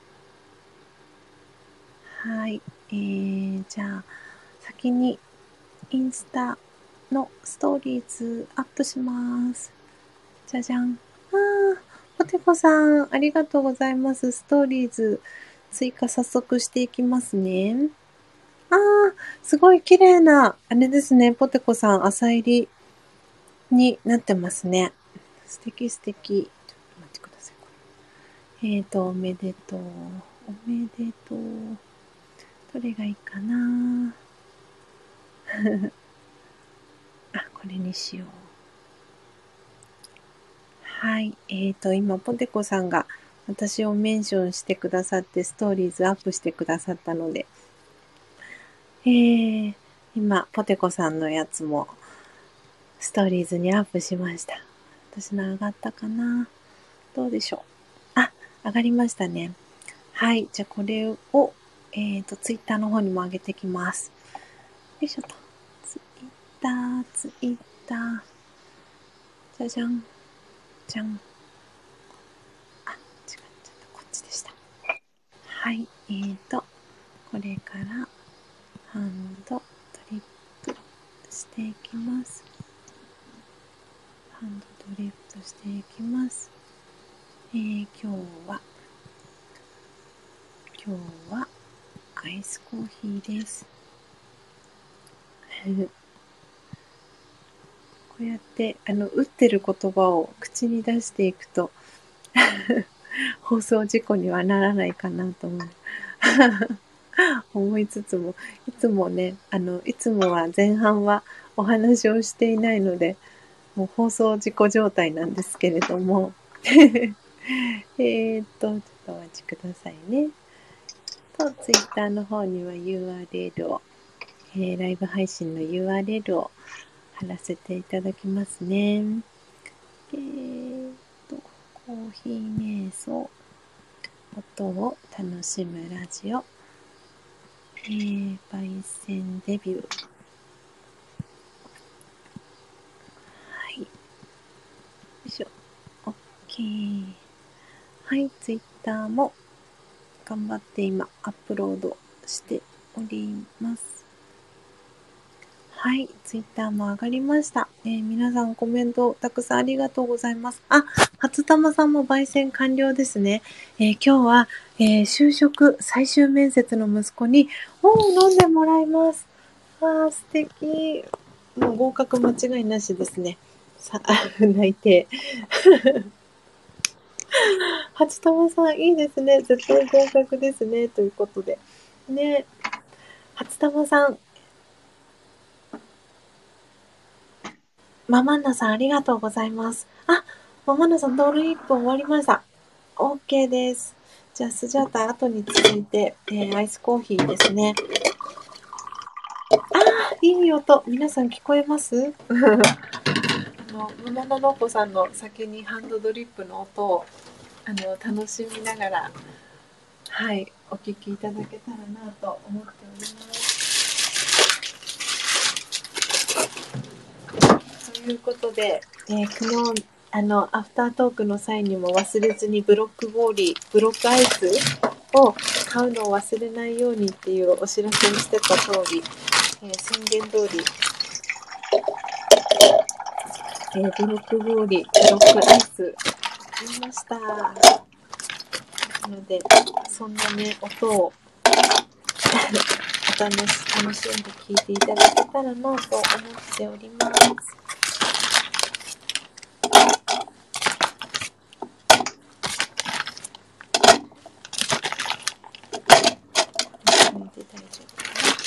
かな。はい。じゃあ、先にインスタのストーリーズアップします。じゃじゃん。 ポテコさん、ありがとうございます。ストーリーズ、追加早速していきますね。あー、すごい綺麗な、あれですね。ポテコさん、朝入りになってますね。素敵素敵。ちょっと待ってください。おめでとう。おめでとう。どれがいいかな。あ、これにしよう。はい。今、ポテコさんが私をメンションしてくださって、ストーリーズアップしてくださったので、今、ポテコさんのやつもストーリーズにアップしました。私の上がったかな。どうでしょう。あ、上がりましたね。はい。じゃあ、これを、ツイッターの方にも上げてきます。よいしょと。ツイッター、ツイッター。じゃじゃん。じゃん。あ、違っちゃった。こっちでした。はい。これからハンドドリップしていきます。ハンドドリップしていきます。今日はアイスコーヒーです。こうやって打ってる言葉を口に出していくと放送事故にはならないかなと思いつつも、いつもね、いつもは前半はお話をしていないので、もう放送事故状態なんですけれども、ちょっとお待ちくださいね。と、ツイッターの方には URL を、ライブ配信の URL を貼らせていただきますね。コーヒー瞑想、音を楽しむラジオ、焙煎デビュー。はい。よいしょ。OK。はい、ツイッターも頑張って今アップロードしております。はい、ツイッターも上がりました。皆さんコメントたくさんありがとうございます。あ、初玉さんも焙煎完了ですね。今日は、就職最終面接の息子に飲んでもらいます。あー、素敵。もう合格間違いなしですね。さ、内定。初玉さんいいですね。絶対合格ですね。ということで。ね、初玉さん、ママンナさんありがとうございます。あ、ママンナさん、ドル1分終わりました。OK です。じゃあ、スジャータ後に続いて、アイスコーヒーですね。いい音。皆さん聞こえますムナナノコさんの先にハンドドリップの音を楽しみながら、はい、お聞きいただけたらなと思っております。ということで、昨日アフタートークの際にも忘れずにブロックアイスを買うのを忘れないようにっていうお知らせをしてた通り、宣言通り、ブロックアイス買いました。なので、そんなね、音を楽しんで聞いていただけたらなと思っております。これで大丈夫かな。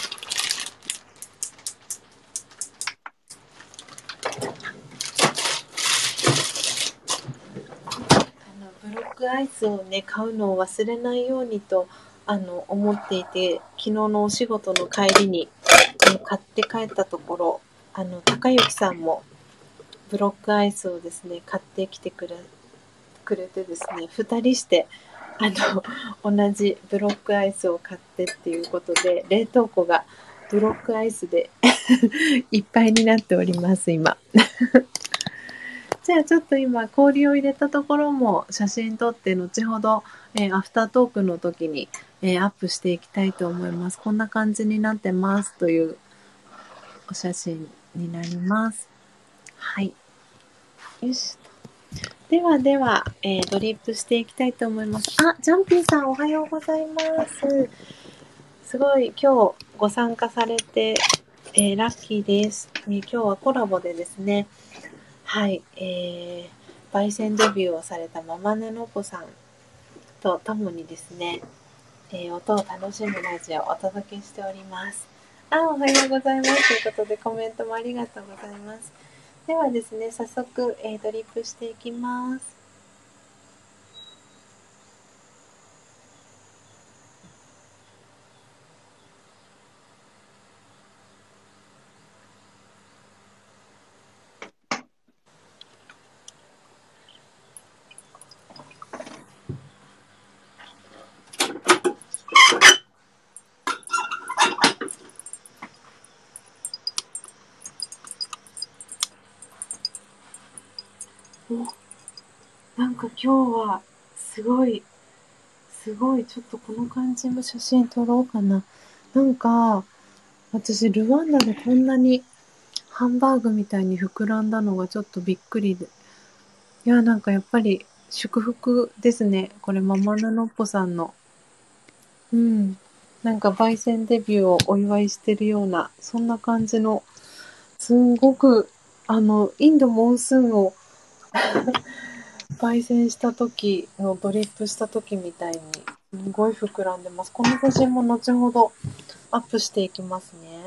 ブロックアイスをね、買うのを忘れないようにと思っていて、昨日のお仕事の帰りに、買って帰ったところ、高幸さんもブロックアイスをですね、買ってきてくれてですね、2人して同じブロックアイスを買ってっていうことで、冷凍庫がブロックアイスでいっぱいになっております、今。じゃあちょっと今氷を入れたところも写真撮って後ほど、アフタートークの時に、アップしていきたいと思います。こんな感じになってますというお写真になります。はい。よし。 ではでは、ドリップしていきたいと思います。あ、ジャンピーさんおはようございます。すごい今日ご参加されて、ラッキーです。今日はコラボでですね、はい、焙煎デビューをされたママネノポさんとともにですね、音を楽しむラジオをお届けしております。あ、おはようございます。ということでコメントもありがとうございます。ではですね、早速、ドリップしていきます。なんか今日はすごいちょっとこの感じも写真撮ろうかな。なんか私ルワンダでこんなにハンバーグみたいに膨らんだのがちょっとびっくりで、いやなんかやっぱり祝福ですね。これママナノッポさんの、なんか焙煎デビューをお祝いしてるようなそんな感じの、すんごくインドモンスーンを焙煎した時のドリップした時みたいにすごい膨らんでます。この写真も後ほどアップしていきますね。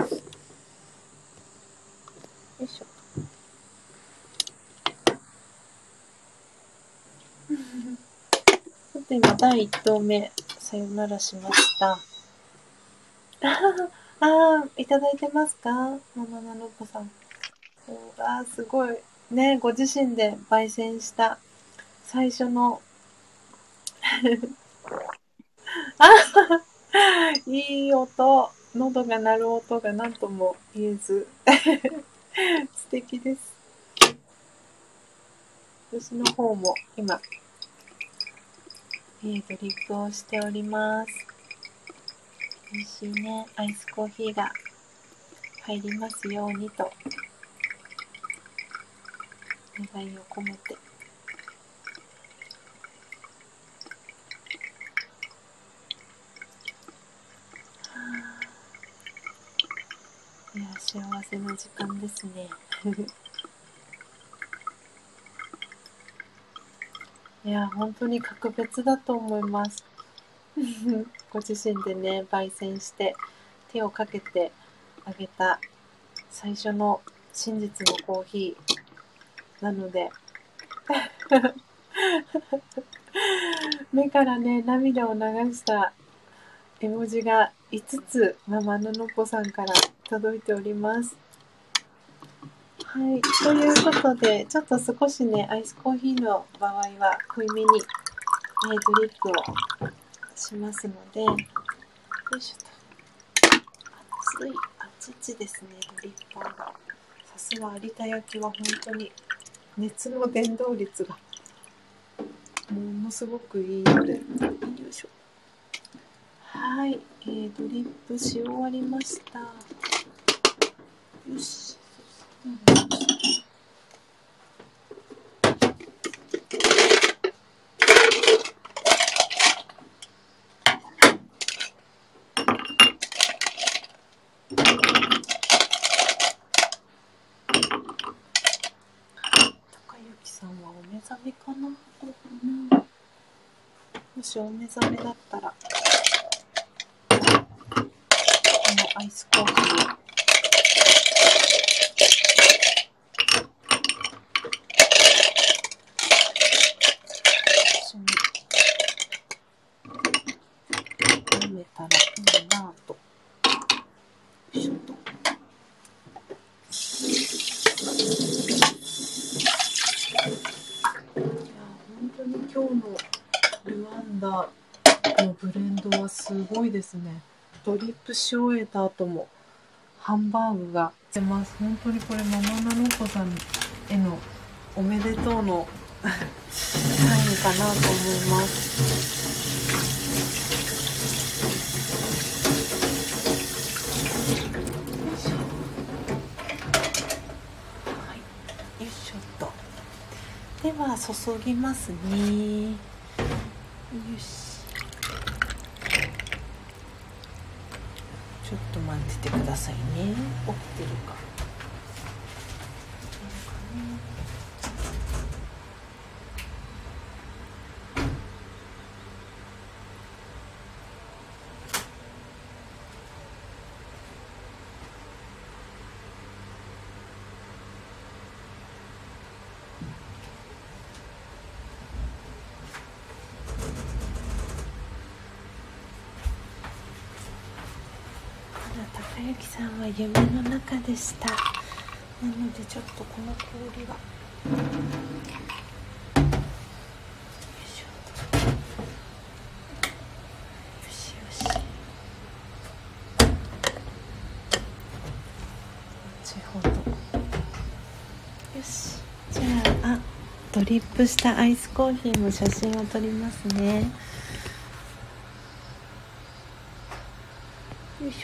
よいしょ。ちょっと今第1投目さよならしました。いただいてますか、ママナノコさん。すごいね、ご自身で焙煎した最初のいい音、喉が鳴る音が何とも言えず素敵です。私の方も今、ドリップをしております。美味しいね、アイスコーヒーが入りますようにと願いを込めて。いや、幸せな時間ですね。いや、本当に格別だと思います。ご自身でね、焙煎して手をかけてあげた最初の真実のコーヒーなので目からね、涙を流した絵文字が5つママののぽさんから届いております。はい、ということで、ちょっと少しね、アイスコーヒーの場合は濃いめに、ドリップをしますので、よいしょと。熱い、熱々ですね、ドリッパーが。さすが有田焼は本当に熱の伝導率がものすごくいいので、よいしょ。はい、ドリップし終わりました。よし。高之さんはお目覚めかな。もしお目覚めだったら、このアイスコーヒーを一緒に飲めたらいいなぁと。よいしょと。いや、本当に今日のルワンダのブレンドはすごいですね。ドリップし終えた後もハンバーグが出ます。本当にこれママナノコさんへのおめでとうのサインかなと思います。はい、よいしょっと。 では注ぎますね。よし、ちょっと待っててくださいね。起きてるか。高之さんは夢の中でした。なのでちょっとこの氷がよいしょ、よしよし、後ほど。よし、じゃあドリップしたアイスコーヒーの写真を撮りますね。よいしょ。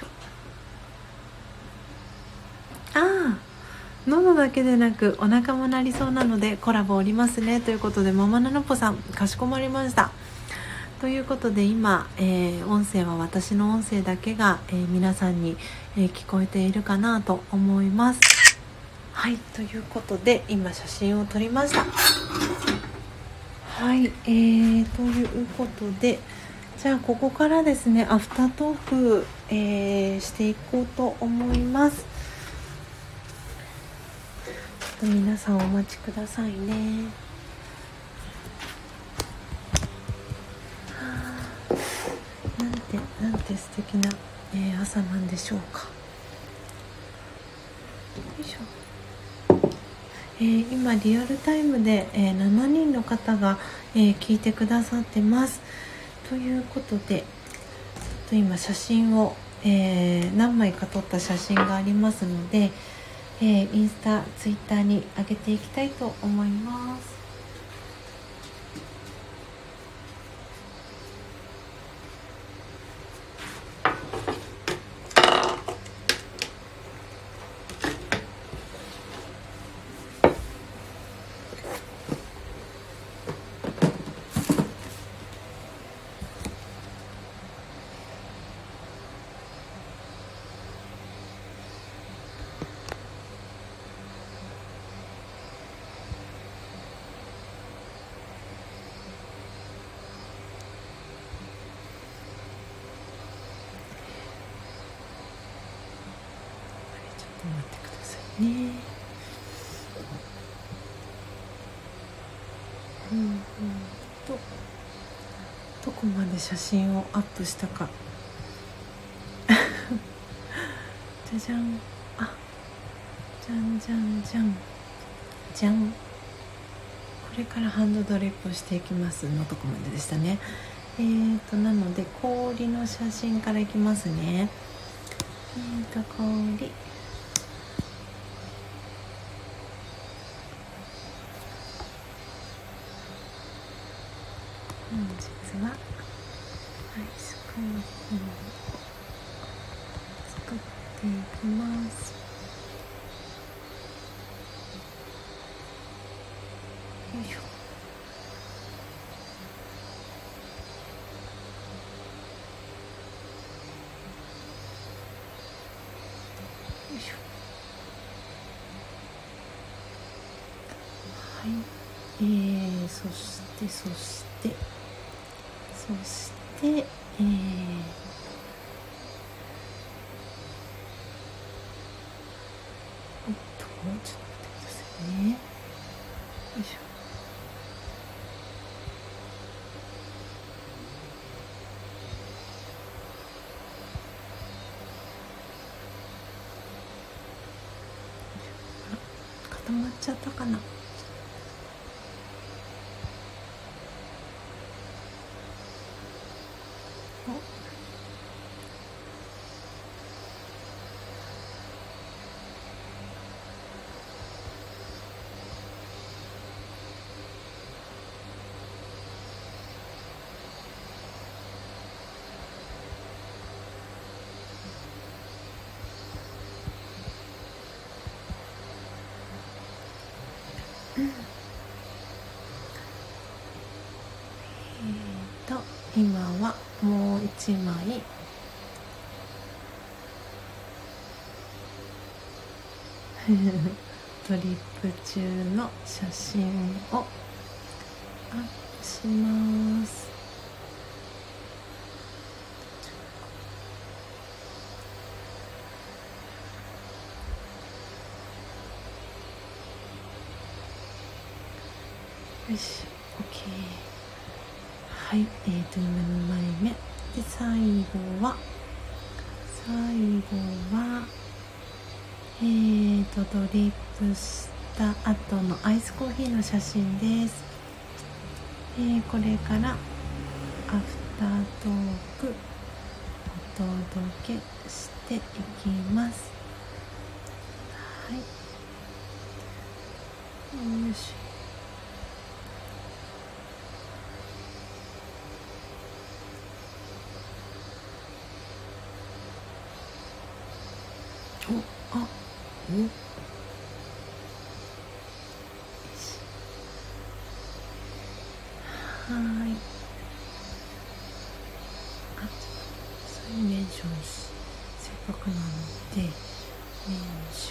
喉だけでなくお腹も鳴りそうなのでコラボおりますねということで、ママナノポさんかしこまりました。ということで今、音声は私の音声だけが、皆さんに、聞こえているかなと思います。はい、ということで今写真を撮りました。はい、ということで、じゃあここからですねアフタートーク、していこうと思います。皆さんお待ちくださいね。なんて素敵な、朝なんでしょうか。よいしょ。今リアルタイムで、7人の方が、聞いてくださってます。ということで、今写真を、何枚か撮った写真がありますので、インスタ、ツイッターに上げていきたいと思います。待ってくださいね。どこまで写真をアップしたか。じゃじゃん、じゃんじゃんじゃんじゃん。これからハンドドリップしていきますのとこまででしたね。なので氷の写真からいきますね。氷、本日はアイスコーヒーを作っていきます。よいしょ。よいしょ。はい、そしてちょっと待ってくださいね。よいしょ。固まっちゃったかな。 今はもう一枚トリップ中の写真をアップします。よし、OK。はい、今2枚目で、最後はドリップした後のアイスコーヒーの写真です。これからアフタートークお届けしていきます。はい、よし。はい。そういうメンションせっかくなのでメンシ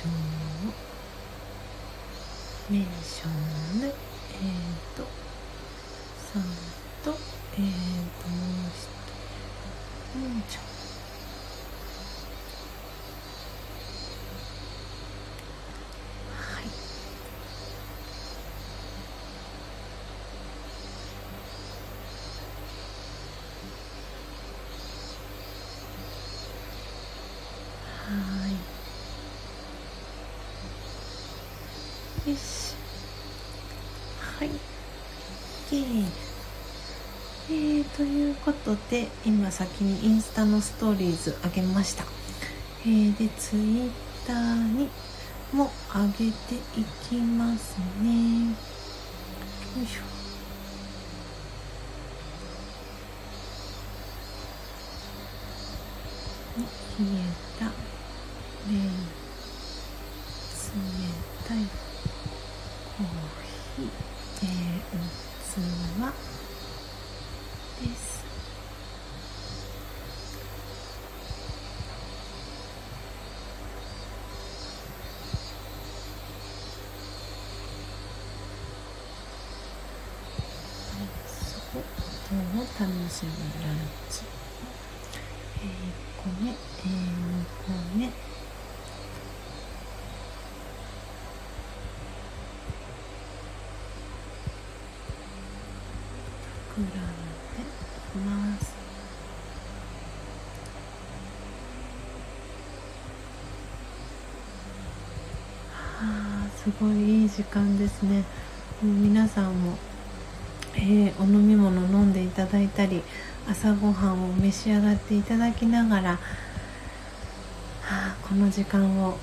ョンでさんともう一人メンション。よし、はい、ということで今先にインスタのストーリーズ上げました。でツイッターにも上げていきますね。よいしょ。冷えた冷たいコーヒー、器です。音を楽しむランチ。1個目、2個目。膨らんでいます。すごいいい時間ですね。皆さんも、お飲み物飲んでいただいたり朝ごはんを召し上がっていただきながら、この時間を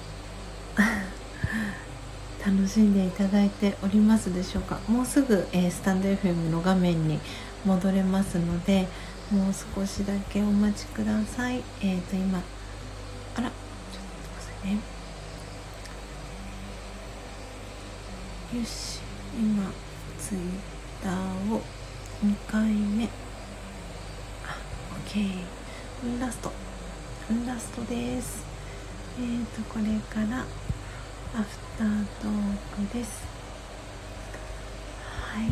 楽しんでいただいておりますでしょうか。もうすぐ、スタンド FM の画面に戻れますので、もう少しだけお待ちください。今ちょっと待ってくださいね。よし、今ツイッターを2回目OK。ラストです。これからアフタートークです。はい、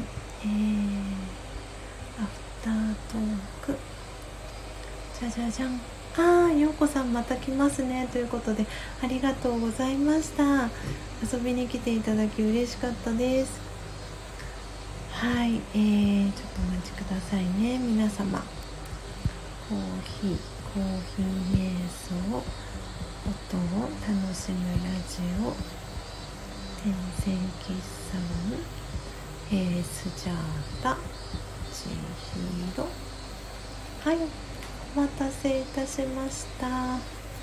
アフタートークじゃじゃじゃん。ようこさんまた来ますねということで、ありがとうございました。遊びに来ていただき嬉しかったです。はい、ちょっとお待ちくださいね皆様。コーヒー瞑想、音を楽しむラジオ、天線喫茶に、スジャータ千尋。はい、お待たせいたしました。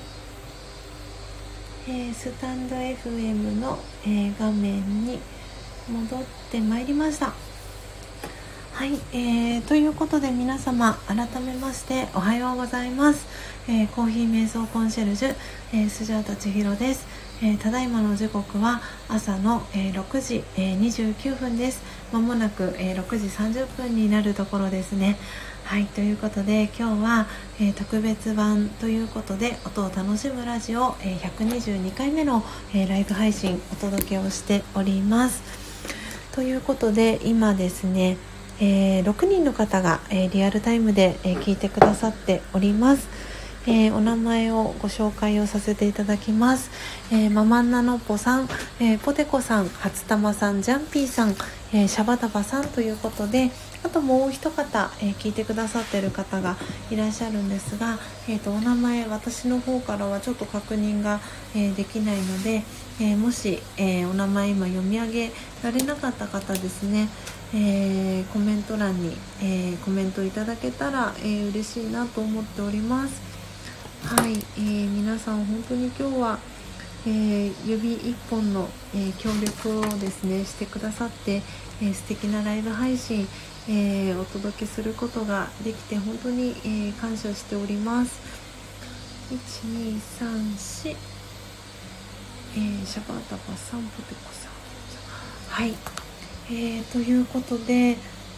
スタンド FM の、画面に戻ってまいりました。はい、ということで皆様改めましておはようございます。コーヒー瞑想コンシェルジュ、スジャータ千尋です。 ただいまの時刻は朝の、6時、29分です。まもなく、6時30分になるところですね。はい、ということで今日は、特別版ということで音を楽しむラジオ、122回目の、ライブ配信お届けをしております。ということで今ですね、6人の方が、リアルタイムで、聞いてくださっております。お名前をご紹介をさせていただきます。ママンナノッポさん、ポテコさん、初玉さん、ジャンピーさん、シャバダバさんということで、あともう一方、聞いてくださっている方がいらっしゃるんですが、お名前私の方からはちょっと確認が、できないので、もし、お名前今読み上げられなかった方ですね、コメント欄に、コメントいただけたら、嬉しいなと思っております。はい、皆さん本当に今日は、指一本の、協力をですねしてくださって、素敵なライブ配信、お届けすることができて本当に、感謝しております。1234、シャバータバさん、ポテコさん、はい、ということで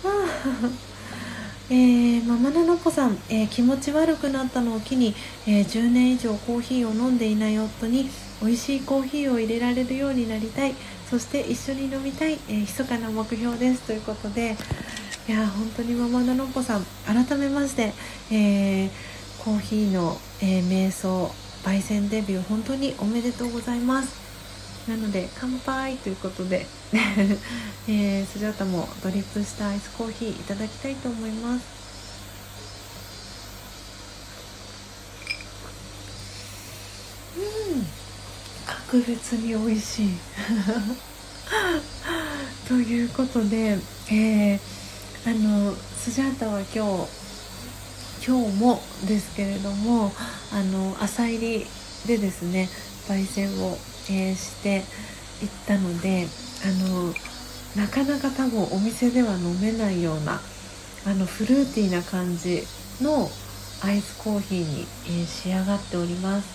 ママナノコさん、気持ち悪くなったのを機に、10年以上コーヒーを飲んでいない夫に美味しいコーヒーを入れられるようになりたい、そして一緒に飲みたい、密かな目標ですということで、いや本当にママナノコさん改めまして、コーヒーの、瞑想焙煎デビュー本当におめでとうございます。なので乾杯ということで、スジャータもドリップしたアイスコーヒーいただきたいと思います。格別に美味しいということで、スジャータは今日もですけれども、朝入りでですね焙煎を、していったので、なかなか多分お店では飲めないようなフルーティーな感じのアイスコーヒーに、仕上がっております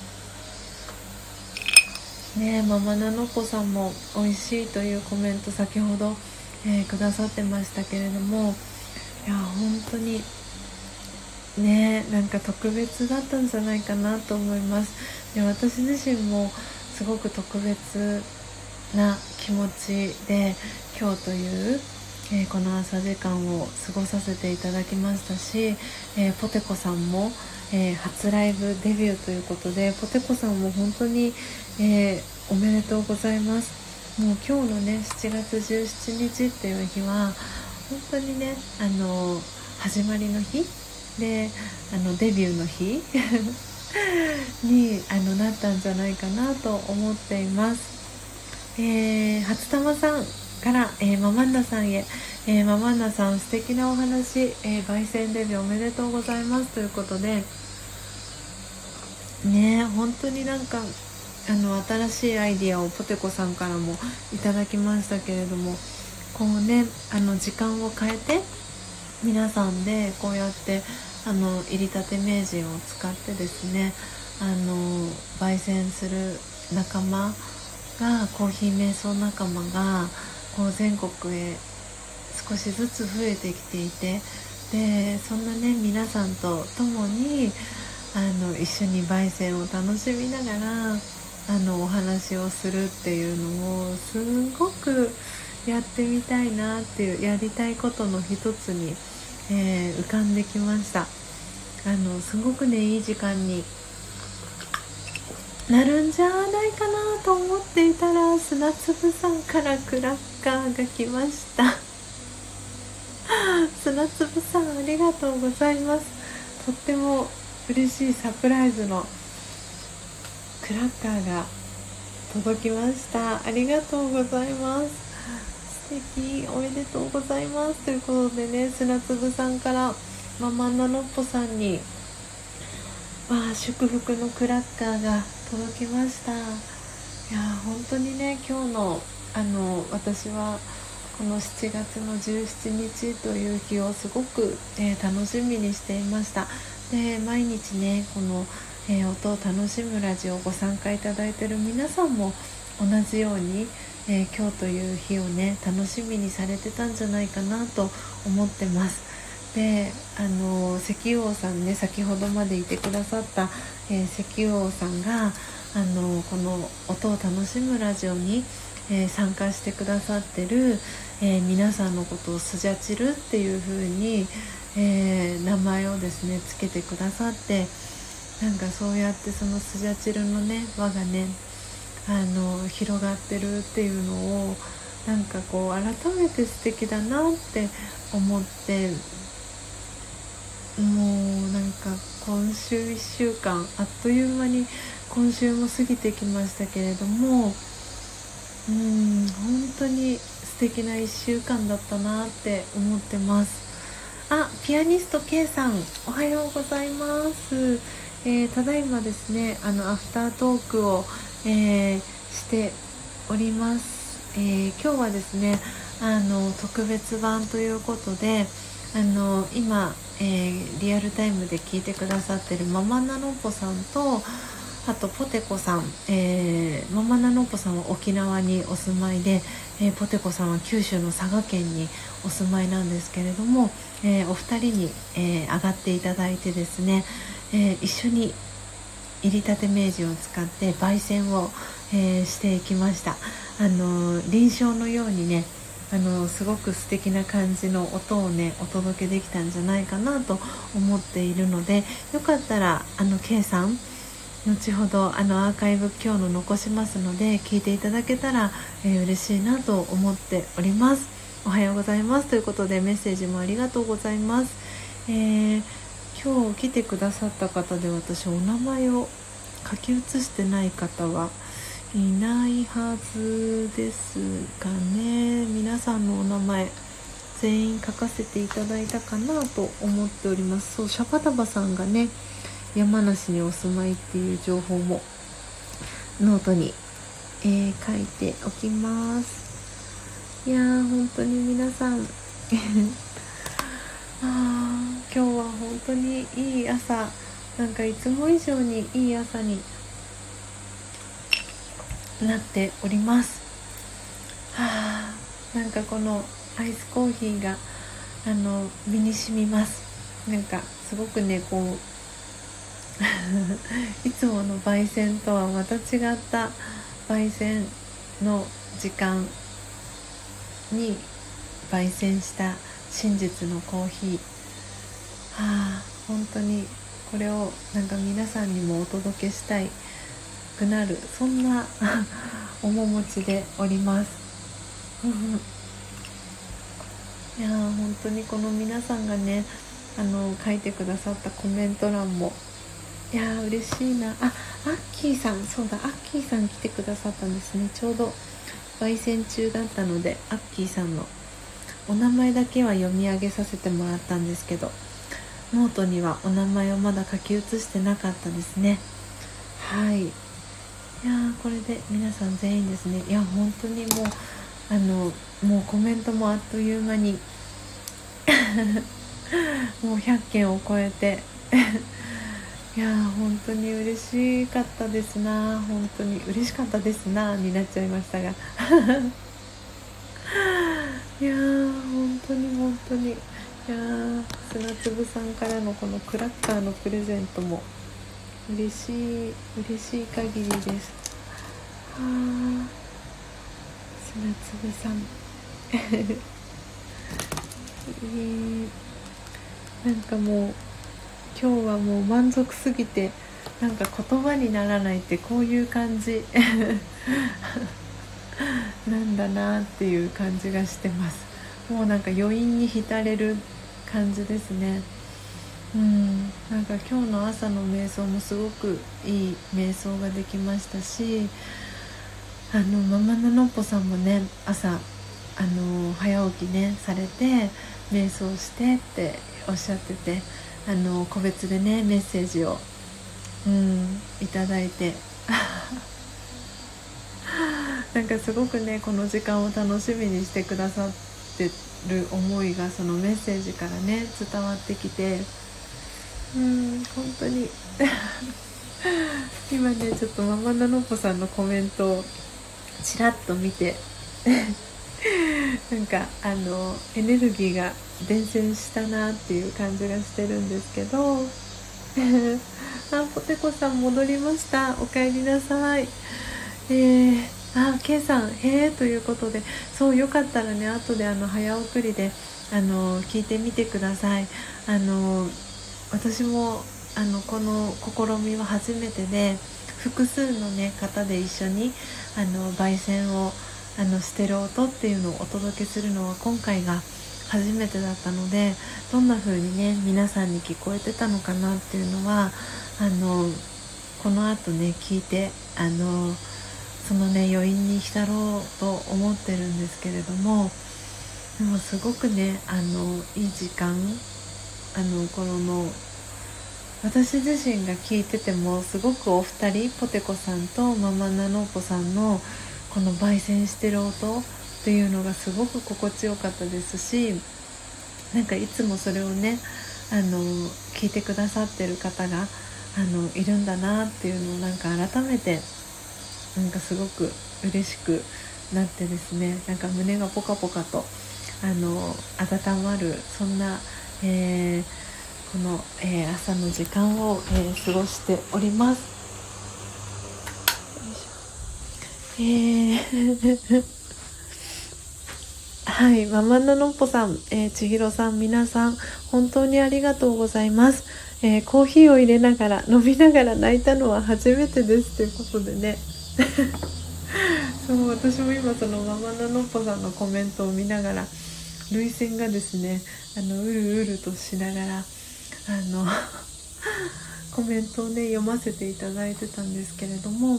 ね。ママナノコさんも美味しいというコメント先ほど、くださってましたけれども、いや本当にね、なんか特別だったんじゃないかなと思います。で、私自身もすごく特別な気持ちで今日という、この朝時間を過ごさせていただきましたし、ポテコさんも、初ライブデビューということで、ポテコさんも本当に、おめでとうございます。もう今日のね7月17日っていう日は本当にね始まりの日でデビューの日になったんじゃないかなと思っています。初玉さんから、ママンナさんへ、ママンナさん素敵なお話、焙煎デビューおめでとうございますということでね、本当になんか新しいアイディアをポテコさんからもいただきましたけれども、こうね時間を変えて皆さんでこうやって入りたて名人を使ってですね焙煎する仲間がコーヒー瞑想仲間がこう全国へ少しずつ増えてきていて、でそんなね皆さんと共に一緒に焙煎を楽しみながらお話をするっていうのをすごくやってみたいなっていうやりたいことの一つに、浮かんできました。すごくねいい時間になるんじゃないかなと思っていたら、砂粒さんからクラッカーが来ました砂粒さんありがとうございます。とっても嬉しいサプライズのクラッカーが届きました。ありがとうございます。素敵、おめでとうございますということでね、砂粒さんからママンナノッポさんに祝福のクラッカーが届きました。いや本当にね今日の私はこの7月の17日という日をすごく、楽しみにしていました。で毎日ねこの音を楽しむラジオをご参加いただいている皆さんも同じように、今日という日をね楽しみにされてたんじゃないかなと思ってます。で、石油王さんね、先ほどまでいてくださった、石油王さんがこの音を楽しむラジオに、参加してくださってる、皆さんのことをスジャチルっていう風に、名前をですねつけてくださって、なんかそうやってそのスジャチルのね輪がね広がってるっていうのをなんかこう改めて素敵だなって思って、もうなんか今週1週間あっという間に今週も過ぎてきましたけれども、本当に素敵な1週間だったなって思ってます。ピアニスト K さん、おはようございます。ただいまですねアフタートークを、しております。今日はですね特別版ということで今、リアルタイムで聞いてくださってるママナノポさんと、あとポテコさん、ママナノポさんは沖縄にお住まいで、ポテコさんは九州の佐賀県にお住まいなんですけれども、お二人に、上がっていただいてですね、一緒に入りたて名人を使って焙煎を、していきました。臨床のようにねすごく素敵な感じの音をねお届けできたんじゃないかなと思っているので、よかったらK さん後ほどアーカイブ今日の残しますので聞いていただけたら、嬉しいなと思っております。おはようございますということでメッセージもありがとうございます。今日来てくださった方で私お名前を書き写してない方はいないはずですがね、皆さんのお名前全員書かせていただいたかなと思っております。そう、シャバダバさんがね山梨にお住まいっていう情報もノートに、書いておきます。いやー本当に皆さん今日は本当にいい朝、なんかいつも以上にいい朝になっております。なんかこのアイスコーヒーが身に染みます。なんかすごくねこういつもの焙煎とはまた違った焙煎の時間に焙煎した真実のコーヒー、本当にこれをなんか皆さんにもお届けしたいくなる、そんな面持ちでおりますいや本当にこの皆さんがね書いてくださったコメント欄もいや嬉しいな。アッキーさん、そうだ、アッキーさん来てくださったんですね。ちょうど焙煎中だったのでアッキーさんのお名前だけは読み上げさせてもらったんですけど、ノートにはお名前をまだ書き写してなかったですね。はい、いやこれで皆さん全員ですね。いや本当にもうもうコメントもあっという間にもう100件を超えていや本当に嬉しかったですな、本当に嬉しかったですなになっちゃいましたがいや本当に本当に、いや砂粒さんからのこのクラッカーのプレゼントも嬉しい限りです。砂粒さんなんかもう今日はもう満足すぎてなんか言葉にならないってこういう感じなんだなっていう感じがしてます。もうなんか余韻に浸れる感じですね。なんか今日の朝の瞑想もすごくいい瞑想ができましたし、ママののっぽさんもね朝早起きねされて瞑想してっておっしゃってて、個別でねメッセージをいただいてなんかすごくねこの時間を楽しみにしてくださってる思いがそのメッセージからね伝わってきて、本当に今ねちょっとママナノポさんのコメントをちらっと見てなんかエネルギーが伝染したなっていう感じがしてるんですけどポテコさん戻りました。お帰りなさい。K さんということで、そうよかったらね後で早送りで聞いてみてください。私もこの試みは初めてで、複数の、ね、方で一緒に焙煎をしてる音っていうのをお届けするのは今回が初めてだったので、どんな風にね皆さんに聞こえてたのかなっていうのはこの後ね聞いてそのね余韻に浸ろうと思ってるんですけれども、でもすごくねいい時間この私自身が聞いててもすごくお二人ポテコさんとママナノーポさんのこの焙煎してる音っていうのがすごく心地よかったですし、なんかいつもそれをね聞いてくださってる方がいるんだなっていうのをなんか改めてなんかすごく嬉しくなってですね、なんか胸がポカポカと温まるそんな、この、朝の時間を、過ごしております。はい、ママナノッポさん、千尋さん、皆さん本当にありがとうございます。コーヒーを入れながら飲みながら泣いたのは初めてですということでねそう私も今そのママナノッポさんのコメントを見ながら涙腺がですねうるうるとしながらコメントをね読ませていただいてたんですけれども、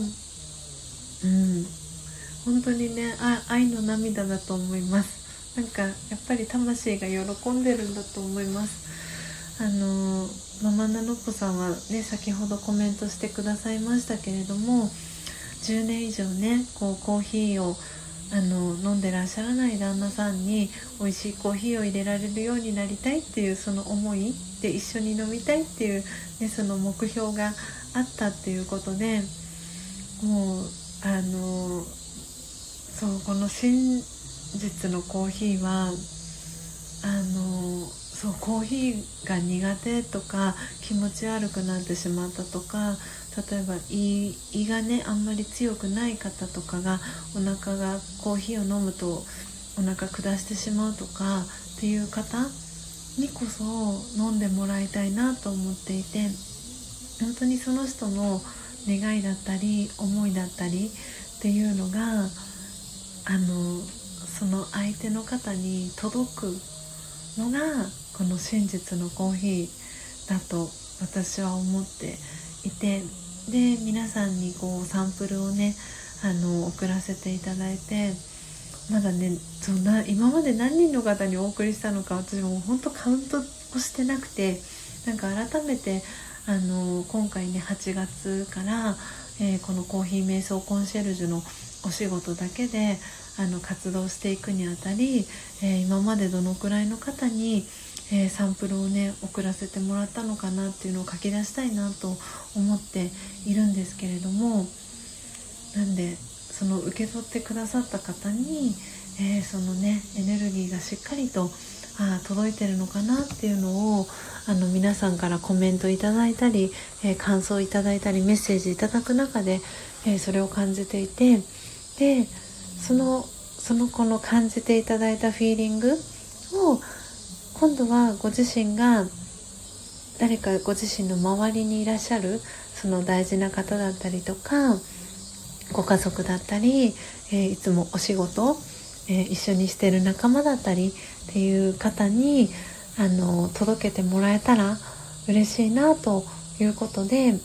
本当にね愛の涙だと思います。なんかやっぱり魂が喜んでるんだと思います。ママナノッポさんはね先ほどコメントしてくださいましたけれども、10年以上ねコーヒーを飲んでらっしゃらない旦那さんに美味しいコーヒーを入れられるようになりたいっていうその思いで、一緒に飲みたいっていう、ね、その目標があったっていうことで、もうそうこの真実のコーヒーはそうコーヒーが苦手とか気持ち悪くなってしまったとか、例えば胃がねあんまり強くない方とかがお腹がコーヒーを飲むとお腹下してしまうとかっていう方にこそ飲んでもらいたいなと思っていて、本当にその人の願いだったり思いだったりっていうのがその相手の方に届くのがこの真実のコーヒーだと私は思っていて、で皆さんにこうサンプルをね送らせていただいて、まだね今まで何人の方にお送りしたのか私も本当カウントをしてなくて、なんか改めて今回ね8月から、このコーヒー瞑想コンシェルジュのお仕事だけで活動していくにあたり、今までどのくらいの方に、サンプルをね送らせてもらったのかなっていうのを書き出したいなと思っているんですけれども、なんでその受け取ってくださった方に、そのねエネルギーがしっかりと届いてるのかなっていうのを皆さんからコメントいただいたり、感想いただいたりメッセージいただく中で、それを感じていて、でそのこの感じていただいたフィーリングを今度はご自身が誰かご自身の周りにいらっしゃるその大事な方だったりとかご家族だったり、いつもお仕事、一緒にしてる仲間だったりっていう方に届けてもらえたら嬉しいなということで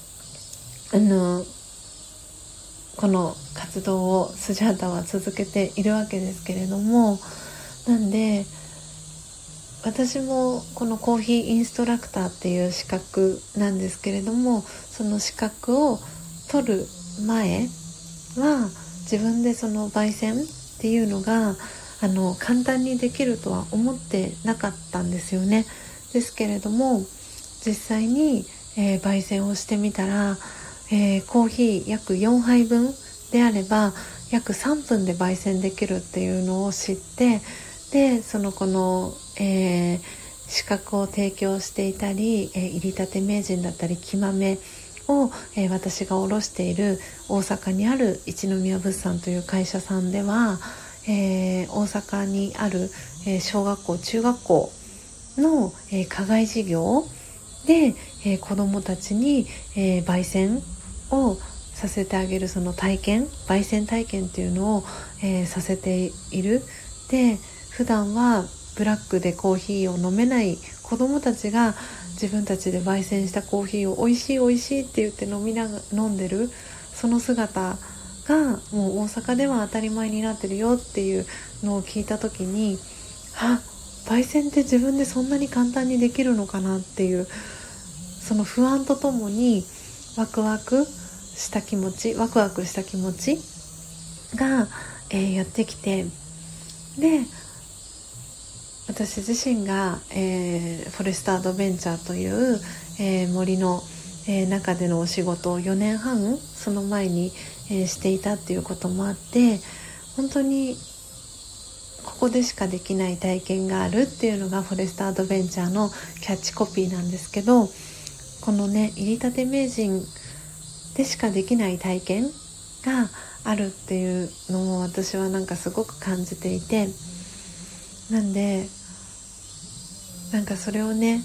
この活動をスジャータは続けているわけですけれども、なんで私もこのコーヒーインストラクターっていう資格なんですけれども、その資格を取る前は自分でその焙煎っていうのが簡単にできるとは思ってなかったんですよね。ですけれども実際に、 焙煎をしてみたら、コーヒー約4杯分であれば約3分で焙煎できるっていうのを知って、でこの、資格を提供していたり、入りたて名人だったり木豆を、私が卸している大阪にある一宮物産という会社さんでは、大阪にある、小学校中学校の、課外授業で、子どもたちに、焙煎をさせてあげるその焙煎体験っていうのを、させている。で、普段はブラックでコーヒーを飲めない子どもたちが自分たちで焙煎したコーヒーを美味しい美味しいって言って飲んでるその姿がもう大阪では当たり前になってるよっていうのを聞いた時に、焙煎って自分でそんなに簡単にできるのかなっていう、その不安とともにワクワクした気持ちが、やってきて、で私自身が、フォレストアドベンチャーという、森の、中でのお仕事を4年半その前に、していたっていうこともあって、本当にここでしかできない体験があるっていうのがフォレストアドベンチャーのキャッチコピーなんですけど、このね入りたて名人でしかできない体験があるっていうのを私はなんかすごく感じていて、なんでそれをね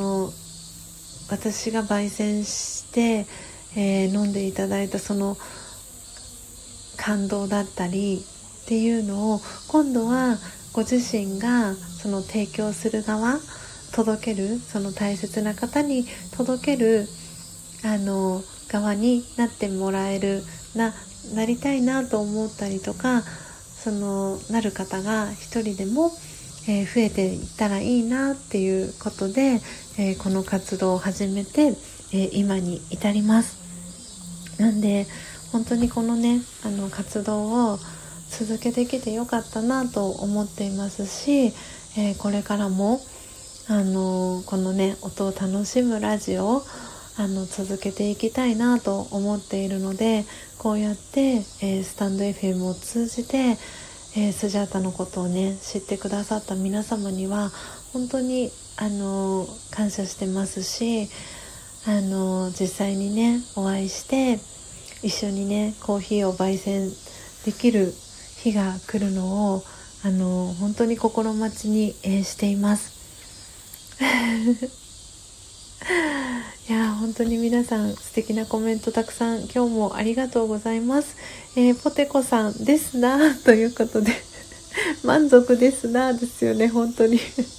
私が焙煎して、飲んでいただいたその感動だったりっていうのを今度はご自身がその提供する側、届けるその大切な方に届ける側になってもらえるなりたいなと思ったりとか、なる方が一人でも増えていったらいいなっていうことで、この活動を始めて、今に至ります。なんで本当にこのね活動を続けてきてよかったなと思っていますし、これからもこのね音を楽しむラジオを続けていきたいなと思っているので、こうやって、スタンド FM を通じてスジャータのことをね知ってくださった皆様には本当に感謝してますし、実際にねお会いして一緒にねコーヒーを焙煎できる日が来るのを本当に心待ちに、していますいや本当に皆さん素敵なコメントたくさん今日もありがとうございます。ポテコさんですなということで満足ですなですよね、本当に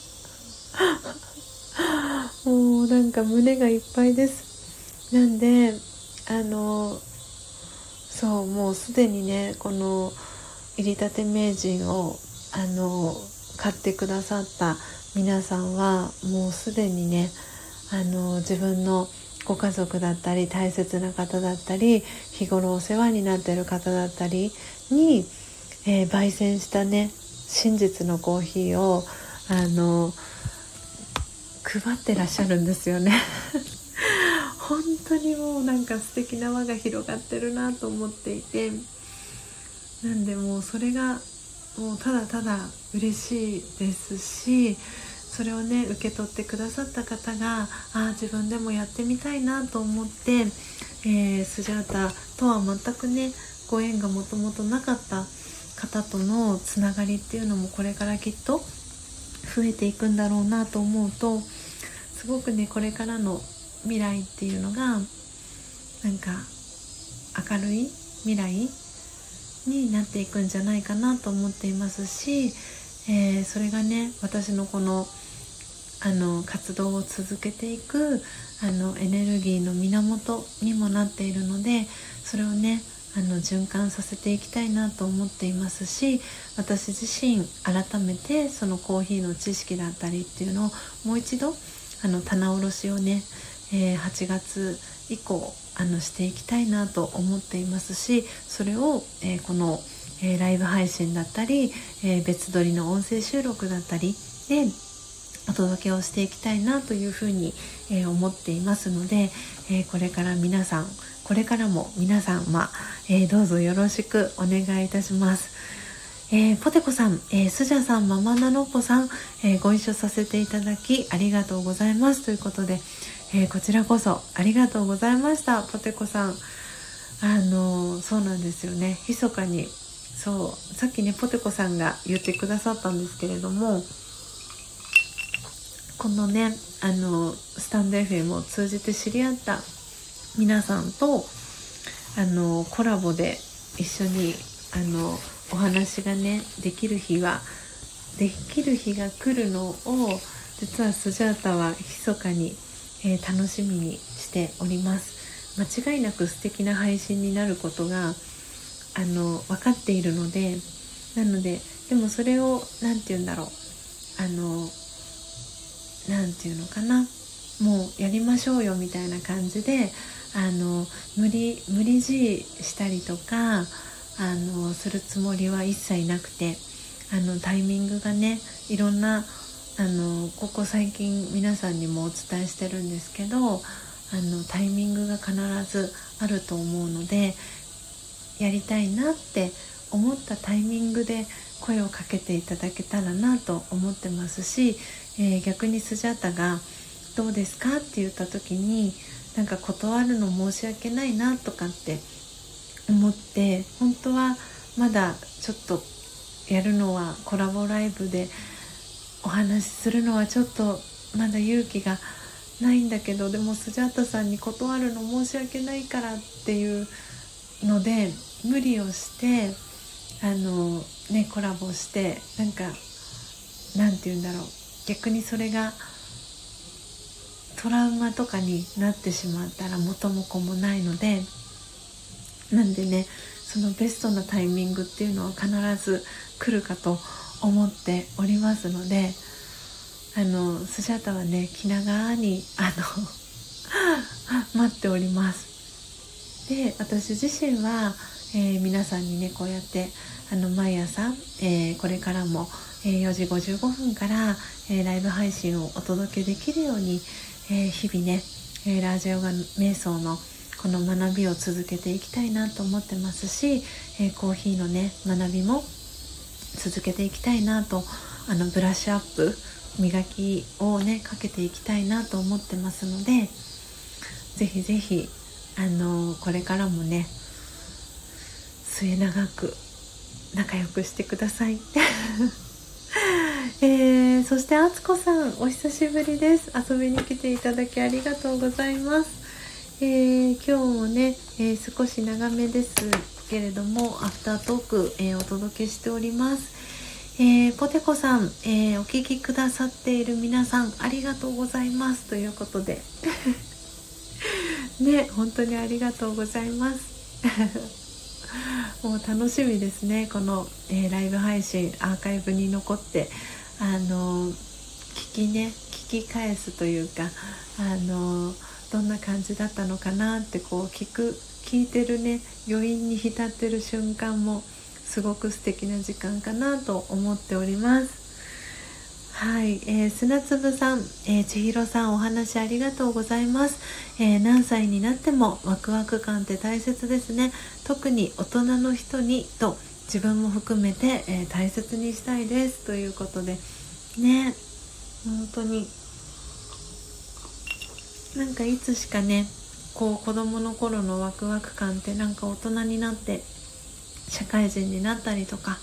もうなんか胸がいっぱいです。なんでそうもうすでにねこの入りたて名人を買ってくださった皆さんはもうすでにね自分のご家族だったり大切な方だったり日頃お世話になっている方だったりに、焙煎したね真実のコーヒーを配ってらっしゃるんですよね本当にもうなんか素敵な輪が広がってるなと思っていて、なんでもうそれがもうただただ嬉しいですし、それをね受け取ってくださった方が自分でもやってみたいなと思って、スジャータとは全くねご縁がもともとなかった方とのつながりっていうのもこれからきっと増えていくんだろうなと思うと、すごくねこれからの未来っていうのがなんか明るい未来になっていくんじゃないかなと思っていますし、それがね私のこの活動を続けていくエネルギーの源にもなっているので、それをね循環させていきたいなと思っていますし、私自身改めてそのコーヒーの知識だったりっていうのをもう一度棚卸しをね、8月以降していきたいなと思っていますし、それを、この、ライブ配信だったり、別撮りの音声収録だったりでお届けをしていきたいなというふうに、思っていますので、これからも皆さんどうぞよろしくお願いいたします。ポテコさん、スジャさん、ママナノッポさん、ご一緒させていただきありがとうございますということで、こちらこそありがとうございました。ポテコさん、そうなんですよね、密かにさっきねポテコさんが言ってくださったんですけれども、このねスタンド FM を通じて知り合った皆さんとコラボで一緒にお話がねできる日が来るのを、実はスジャータは密かに、楽しみにしております。間違いなく素敵な配信になることが分かっているので、でもそれをなんていうのかな、もうやりましょうよみたいな感じで無理強いしたりとかするつもりは一切なくて、タイミングがね、いろんなここ最近皆さんにもお伝えしてるんですけど、タイミングが必ずあると思うので、やりたいなって思ったタイミングで声をかけていただけたらなと思ってますし、逆にスジャタがどうですかって言った時に、なんか断るの申し訳ないなとかって思って、本当はまだちょっとやるのはコラボライブでお話しするのはちょっとまだ勇気がないんだけど、でもスジャータさんに断るの申し訳ないからっていうので無理をしてコラボして、なんて言うんだろう、逆にそれがトラウマとかになってしまったら元も子もないので、なんでね、そのベストなタイミングっていうのは必ず来るかと思っておりますので、スジャータはね気長に待っております。で、私自身は、皆さんにねこうやって毎朝、これからも、4時55分から、ライブ配信をお届けできるように、日々ね、ラージャヨガ瞑想のこの学びを続けていきたいなと思ってますし、コーヒーのね学びも続けていきたいなと、ブラッシュアップ磨きをねかけていきたいなと思ってますので、ぜひぜひこれからもね末永く仲良くしてください。そしてあつこさん、お久しぶりです。遊びに来ていただきありがとうございます。今日もね、少し長めですけれどもアフタートーク、お届けしております。ポテコさん、お聞きくださっている皆さんありがとうございますということでね、本当にありがとうございますもう楽しみですね、この、ライブ配信アーカイブに残って聞き返すというかどんな感じだったのかなってこう聞いてるね余韻に浸ってる瞬間もすごく素敵な時間かなと思っております。はい、砂粒さん、千尋さん、お話ありがとうございます。何歳になってもワクワク感って大切ですね。特に大人の人にと自分も含めて、大切にしたいですということでね、本当にいつしかねこう子供の頃のワクワク感って大人になって社会人になったりとか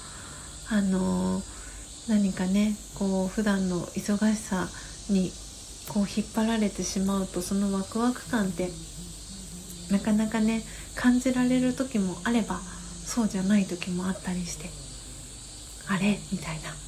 何かねこう普段の忙しさにこう引っ張られてしまうと、そのワクワク感ってなかなかね感じられる時もあればそうじゃない時もあったりして、あれみたいな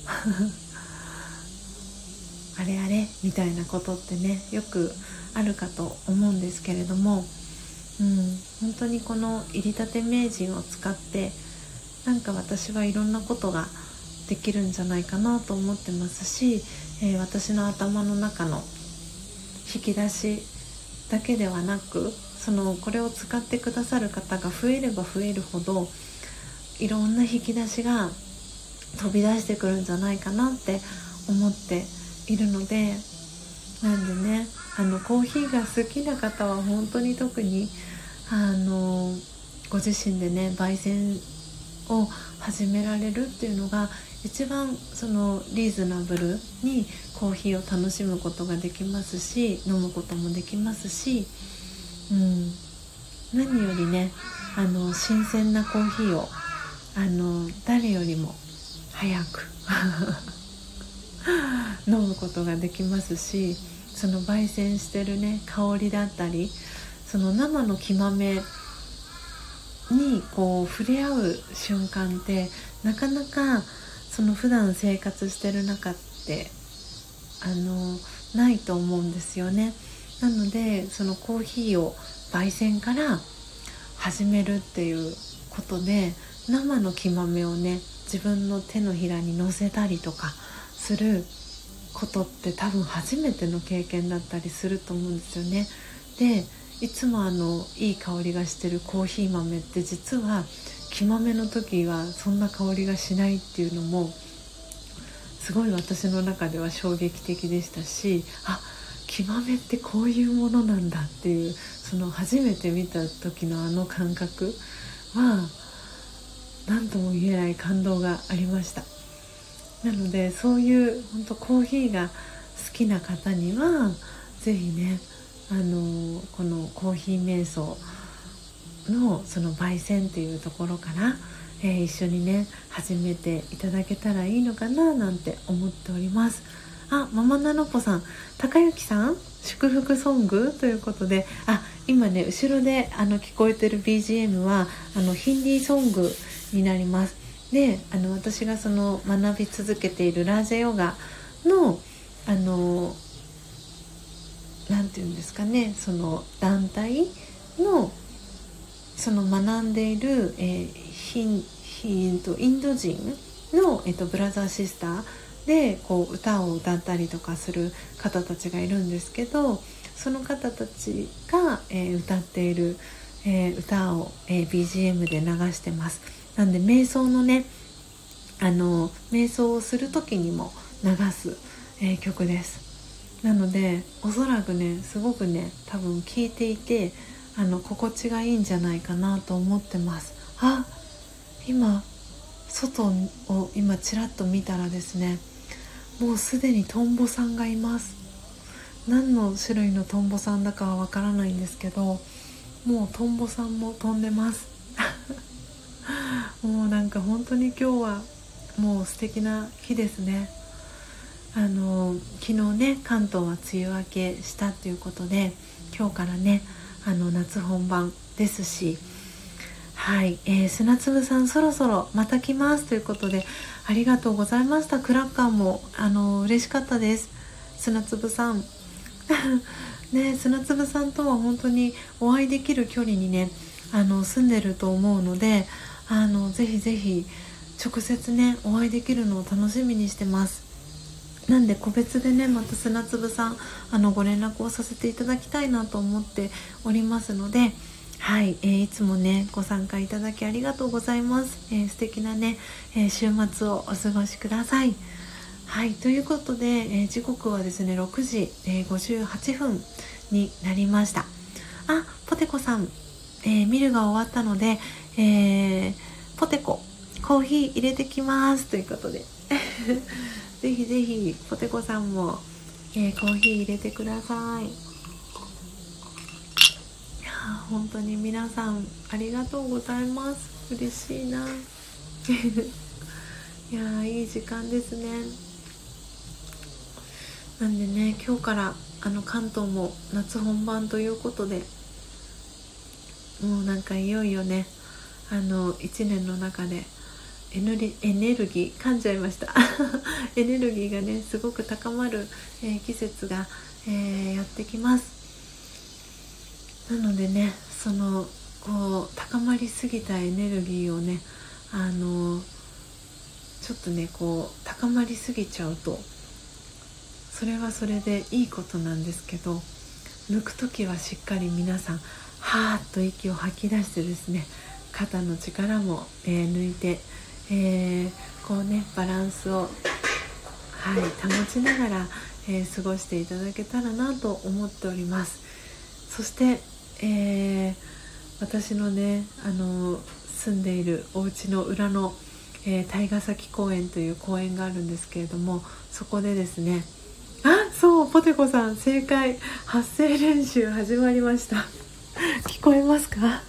あれみたいなことってねよくあるかと思うんですけれども、本当にこの入りたて名人を使って私はいろんなことができるんじゃないかなと思ってますし、私の頭の中の引き出しだけではなく、これを使ってくださる方が増えれば増えるほどいろんな引き出しが飛び出してくるんじゃないかなって思っているので、なんでね、コーヒーが好きな方は本当に特にご自身でね焙煎を始められるっていうのが一番そのリーズナブルにコーヒーを楽しむことができますし、飲むこともできますし、何よりね新鮮なコーヒーを誰よりも早く飲むことができますし、その焙煎してるね香りだったり、その生の木豆にこう触れ合う瞬間ってなかなかその普段生活してる中ってないと思うんですよね。なのでそのコーヒーを焙煎から始めるっていうことで、生の木豆をね自分の手のひらに乗せたりとかすることって多分初めての経験だったりすると思うんですよね。で、いつもいい香りがしてるコーヒー豆って実は木豆の時はそんな香りがしないっていうのもすごい私の中では衝撃的でしたし、木豆ってこういうものなんだっていう、その初めて見た時の感覚は何とも言えない感動がありました。なのでそういう本当コーヒーが好きな方にはぜひねこのコーヒー瞑想のその焙煎っていうところから、一緒にね始めていただけたらいいのかななんて思っております。ママナノポさん、高幸さん祝福ソングということで、今ね後ろで聞こえてる BGM はヒンディーソングになります。で私がその学び続けているラージャヨガのなんていうんですかね、その団体のその学んでいる、インド人の、ブラザーシスターでこう歌を歌ったりとかする方たちがいるんですけど、その方たちが、歌っている、歌を、BGM で流してます。なんで瞑想のね瞑想をする時にも流す、曲です。なのでおそらくねすごくね多分聴いていて心地がいいんじゃないかなと思ってます。今外を今ちらっと見たらですね、もうすでにトンボさんがいます。何の種類のトンボさんだかはわからないんですけど、もうトンボさんも飛んでますもうなんか本当に今日はもう素敵な日ですね。昨日ね関東は梅雨明けしたということで、今日からね夏本番ですし、はい、砂粒さんそろそろまた来ますということでありがとうございました。クラッカーも嬉しかったです。砂粒さんね、砂粒さんとは本当にお会いできる距離にね住んでると思うので、ぜひぜひ直接ねお会いできるのを楽しみにしてます。なんで個別でねまた砂粒さんご連絡をさせていただきたいなと思っておりますので、はい、いつもねご参加いただきありがとうございます。素敵なね、週末をお過ごしください。はい、ということで、時刻はですね6時、58分になりました。ポテコさん、ミルが終わったので、ポテココーヒー入れてきますということでぜひぜひポテコさんも、コーヒー入れてください。本当に皆さんありがとうございます。嬉しいないい時間ですね。なんでね今日から関東も夏本番ということで、もうなんかいよいよね1年の中でエネルギー噛んじゃいましたエネルギーがねすごく高まる、季節が、やってきます。なのでねそのこう高まりすぎたエネルギーをねちょっとねこう高まりすぎちゃうとそれはそれでいいことなんですけど、抜くときはしっかり皆さんはーっと息を吐き出してですね、肩の力も、抜いて、こうねバランスを、保ちながら、 過ごしていただけたらなと思っております。そして、私のね住んでいるお家の裏の、対ヶ崎公園という公園があるんですけれども、そこでですね、そう、ポテコさん正解、発声練習始まりました。聞こえますか？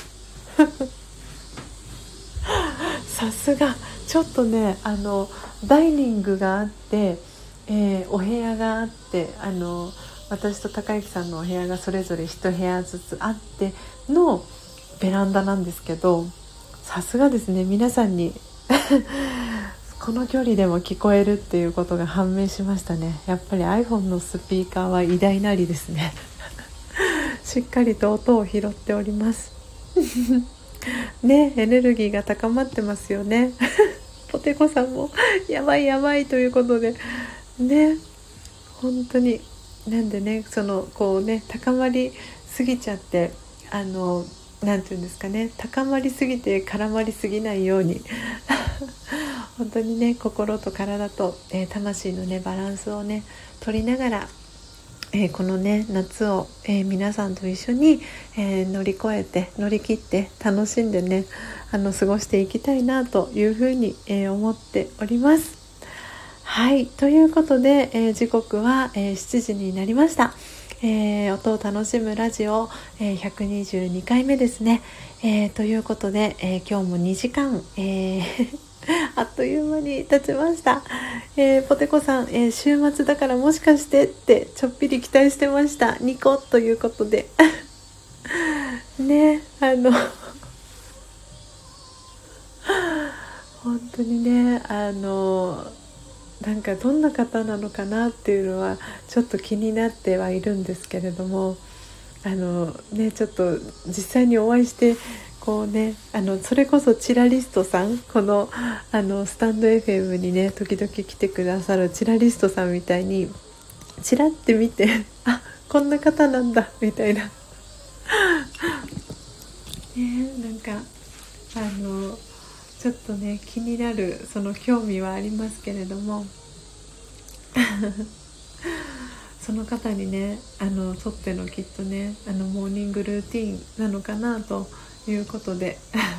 さすが。ちょっとねダイニングがあって、お部屋があって、私と高之さんのお部屋がそれぞれ1部屋ずつあってのベランダなんですけど、さすがですね、皆さんにこの距離でも聞こえるっていうことが判明しましたね。やっぱり iPhone のスピーカーは偉大なりですね。しっかりと音を拾っておりますね、エネルギーが高まってますよね。ポテコさんもやばいやばいということでね、本当になんでね、こうね、高まりすぎちゃって、なんていうんですかね、高まりすぎて絡まりすぎないように本当にね、心と体と、魂のねバランスをね取りながら、このね夏を、皆さんと一緒に、乗り越えて乗り切って楽しんでね過ごしていきたいなというふうに、思っております。はい、ということで、時刻は、7時になりました。音を楽しむラジオ、122回目ですね。ということで、今日も2時間、あっという間に経ちました。ポテコさん、週末だからもしかしてってちょっぴり期待してました。ニコということでね、本当にね、なんかどんな方なのかなっていうのはちょっと気になってはいるんですけれども、ちょっと実際にお会いしてこうね、それこそチラリストさん、このスタンド FM にね時々来てくださるチラリストさんみたいにチラって見てこんな方なんだみたいななんかちょっとね気になるその興味はありますけれどもその方にねとってのきっとねモーニングルーティーンなのかなということで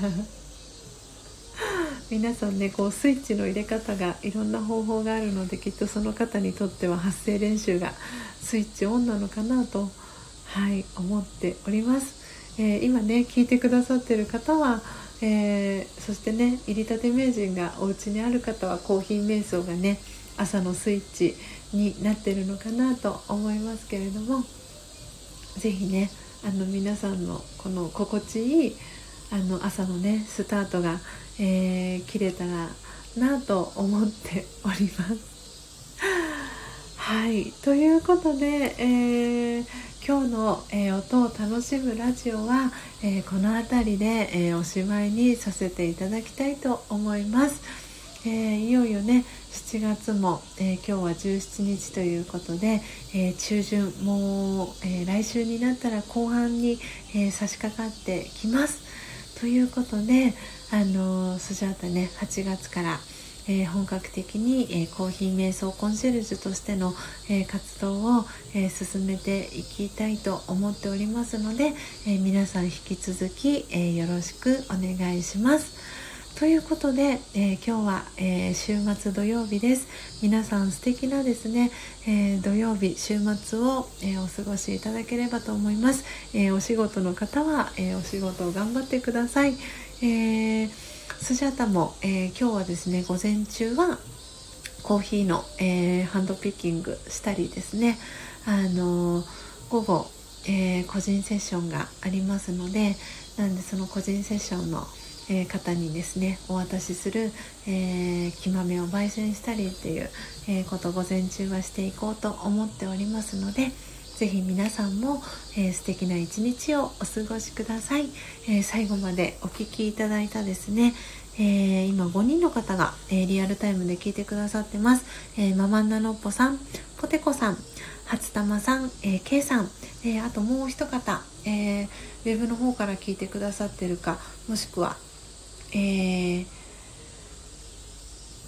皆さんねこうスイッチの入れ方がいろんな方法があるので、きっとその方にとっては発声練習がスイッチオンなのかなと、思っております。今ね聞いてくださってる方は、そしてね入りたて名人がお家にある方はコーヒー瞑想がね朝のスイッチになってるのかなと思いますけれども、ぜひね皆さんのこの心地いい朝のねスタートが、切れたらなと思っておりますはい、ということで、今日の、音を楽しむラジオは、この辺りで、おしまいにさせていただきたいと思います。いよいよね7月も、今日は17日ということで、中旬もう、来週になったら後半に、差し掛かってきますということで、スジャータね8月から、本格的に、コーヒー瞑想コンシェルジュとしての、活動を、進めていきたいと思っておりますので、皆さん引き続き、よろしくお願いしますということで、今日は、週末土曜日です。皆さん素敵なですね、土曜日週末を、お過ごしいただければと思います。お仕事の方は、お仕事を頑張ってください。スジャタも、今日はですね午前中はコーヒーの、ハンドピッキングしたりですね、午後、個人セッションがありますので、なんでその個人セッションの、方にですねお渡しする、木豆を焙煎したりっていう、ことを午前中はしていこうと思っておりますので、ぜひ皆さんも、素敵な一日をお過ごしください。最後までお聞きいただいたですね、今5人の方が、リアルタイムで聞いてくださってます。ママンナノッポさん、ポテコさん、初玉さん、ケイさん、あともう一方、ウェブの方から聞いてくださってるか、もしくは、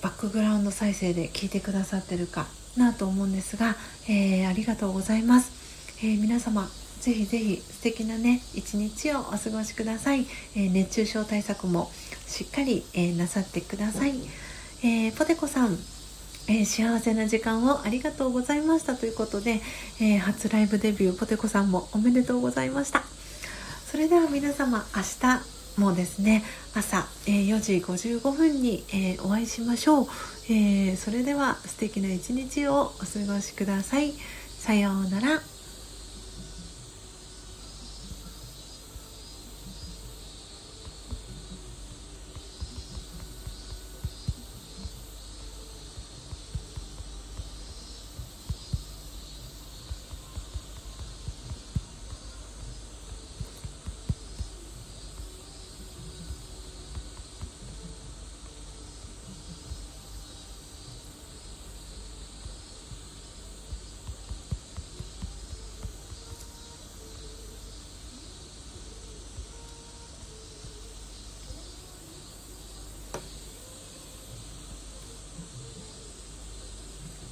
バックグラウンド再生で聞いてくださってるかなと思うんですが、ありがとうございます。皆様ぜひぜひ素敵なね一日をお過ごしください。熱中症対策もしっかり、なさってください。ポテコさん、幸せな時間をありがとうございましたということで、初ライブデビューポテコさんもおめでとうございました。それでは皆様、明日もですね朝、4時55分に、お会いしましょう。それでは素敵な一日をお過ごしください。さようなら。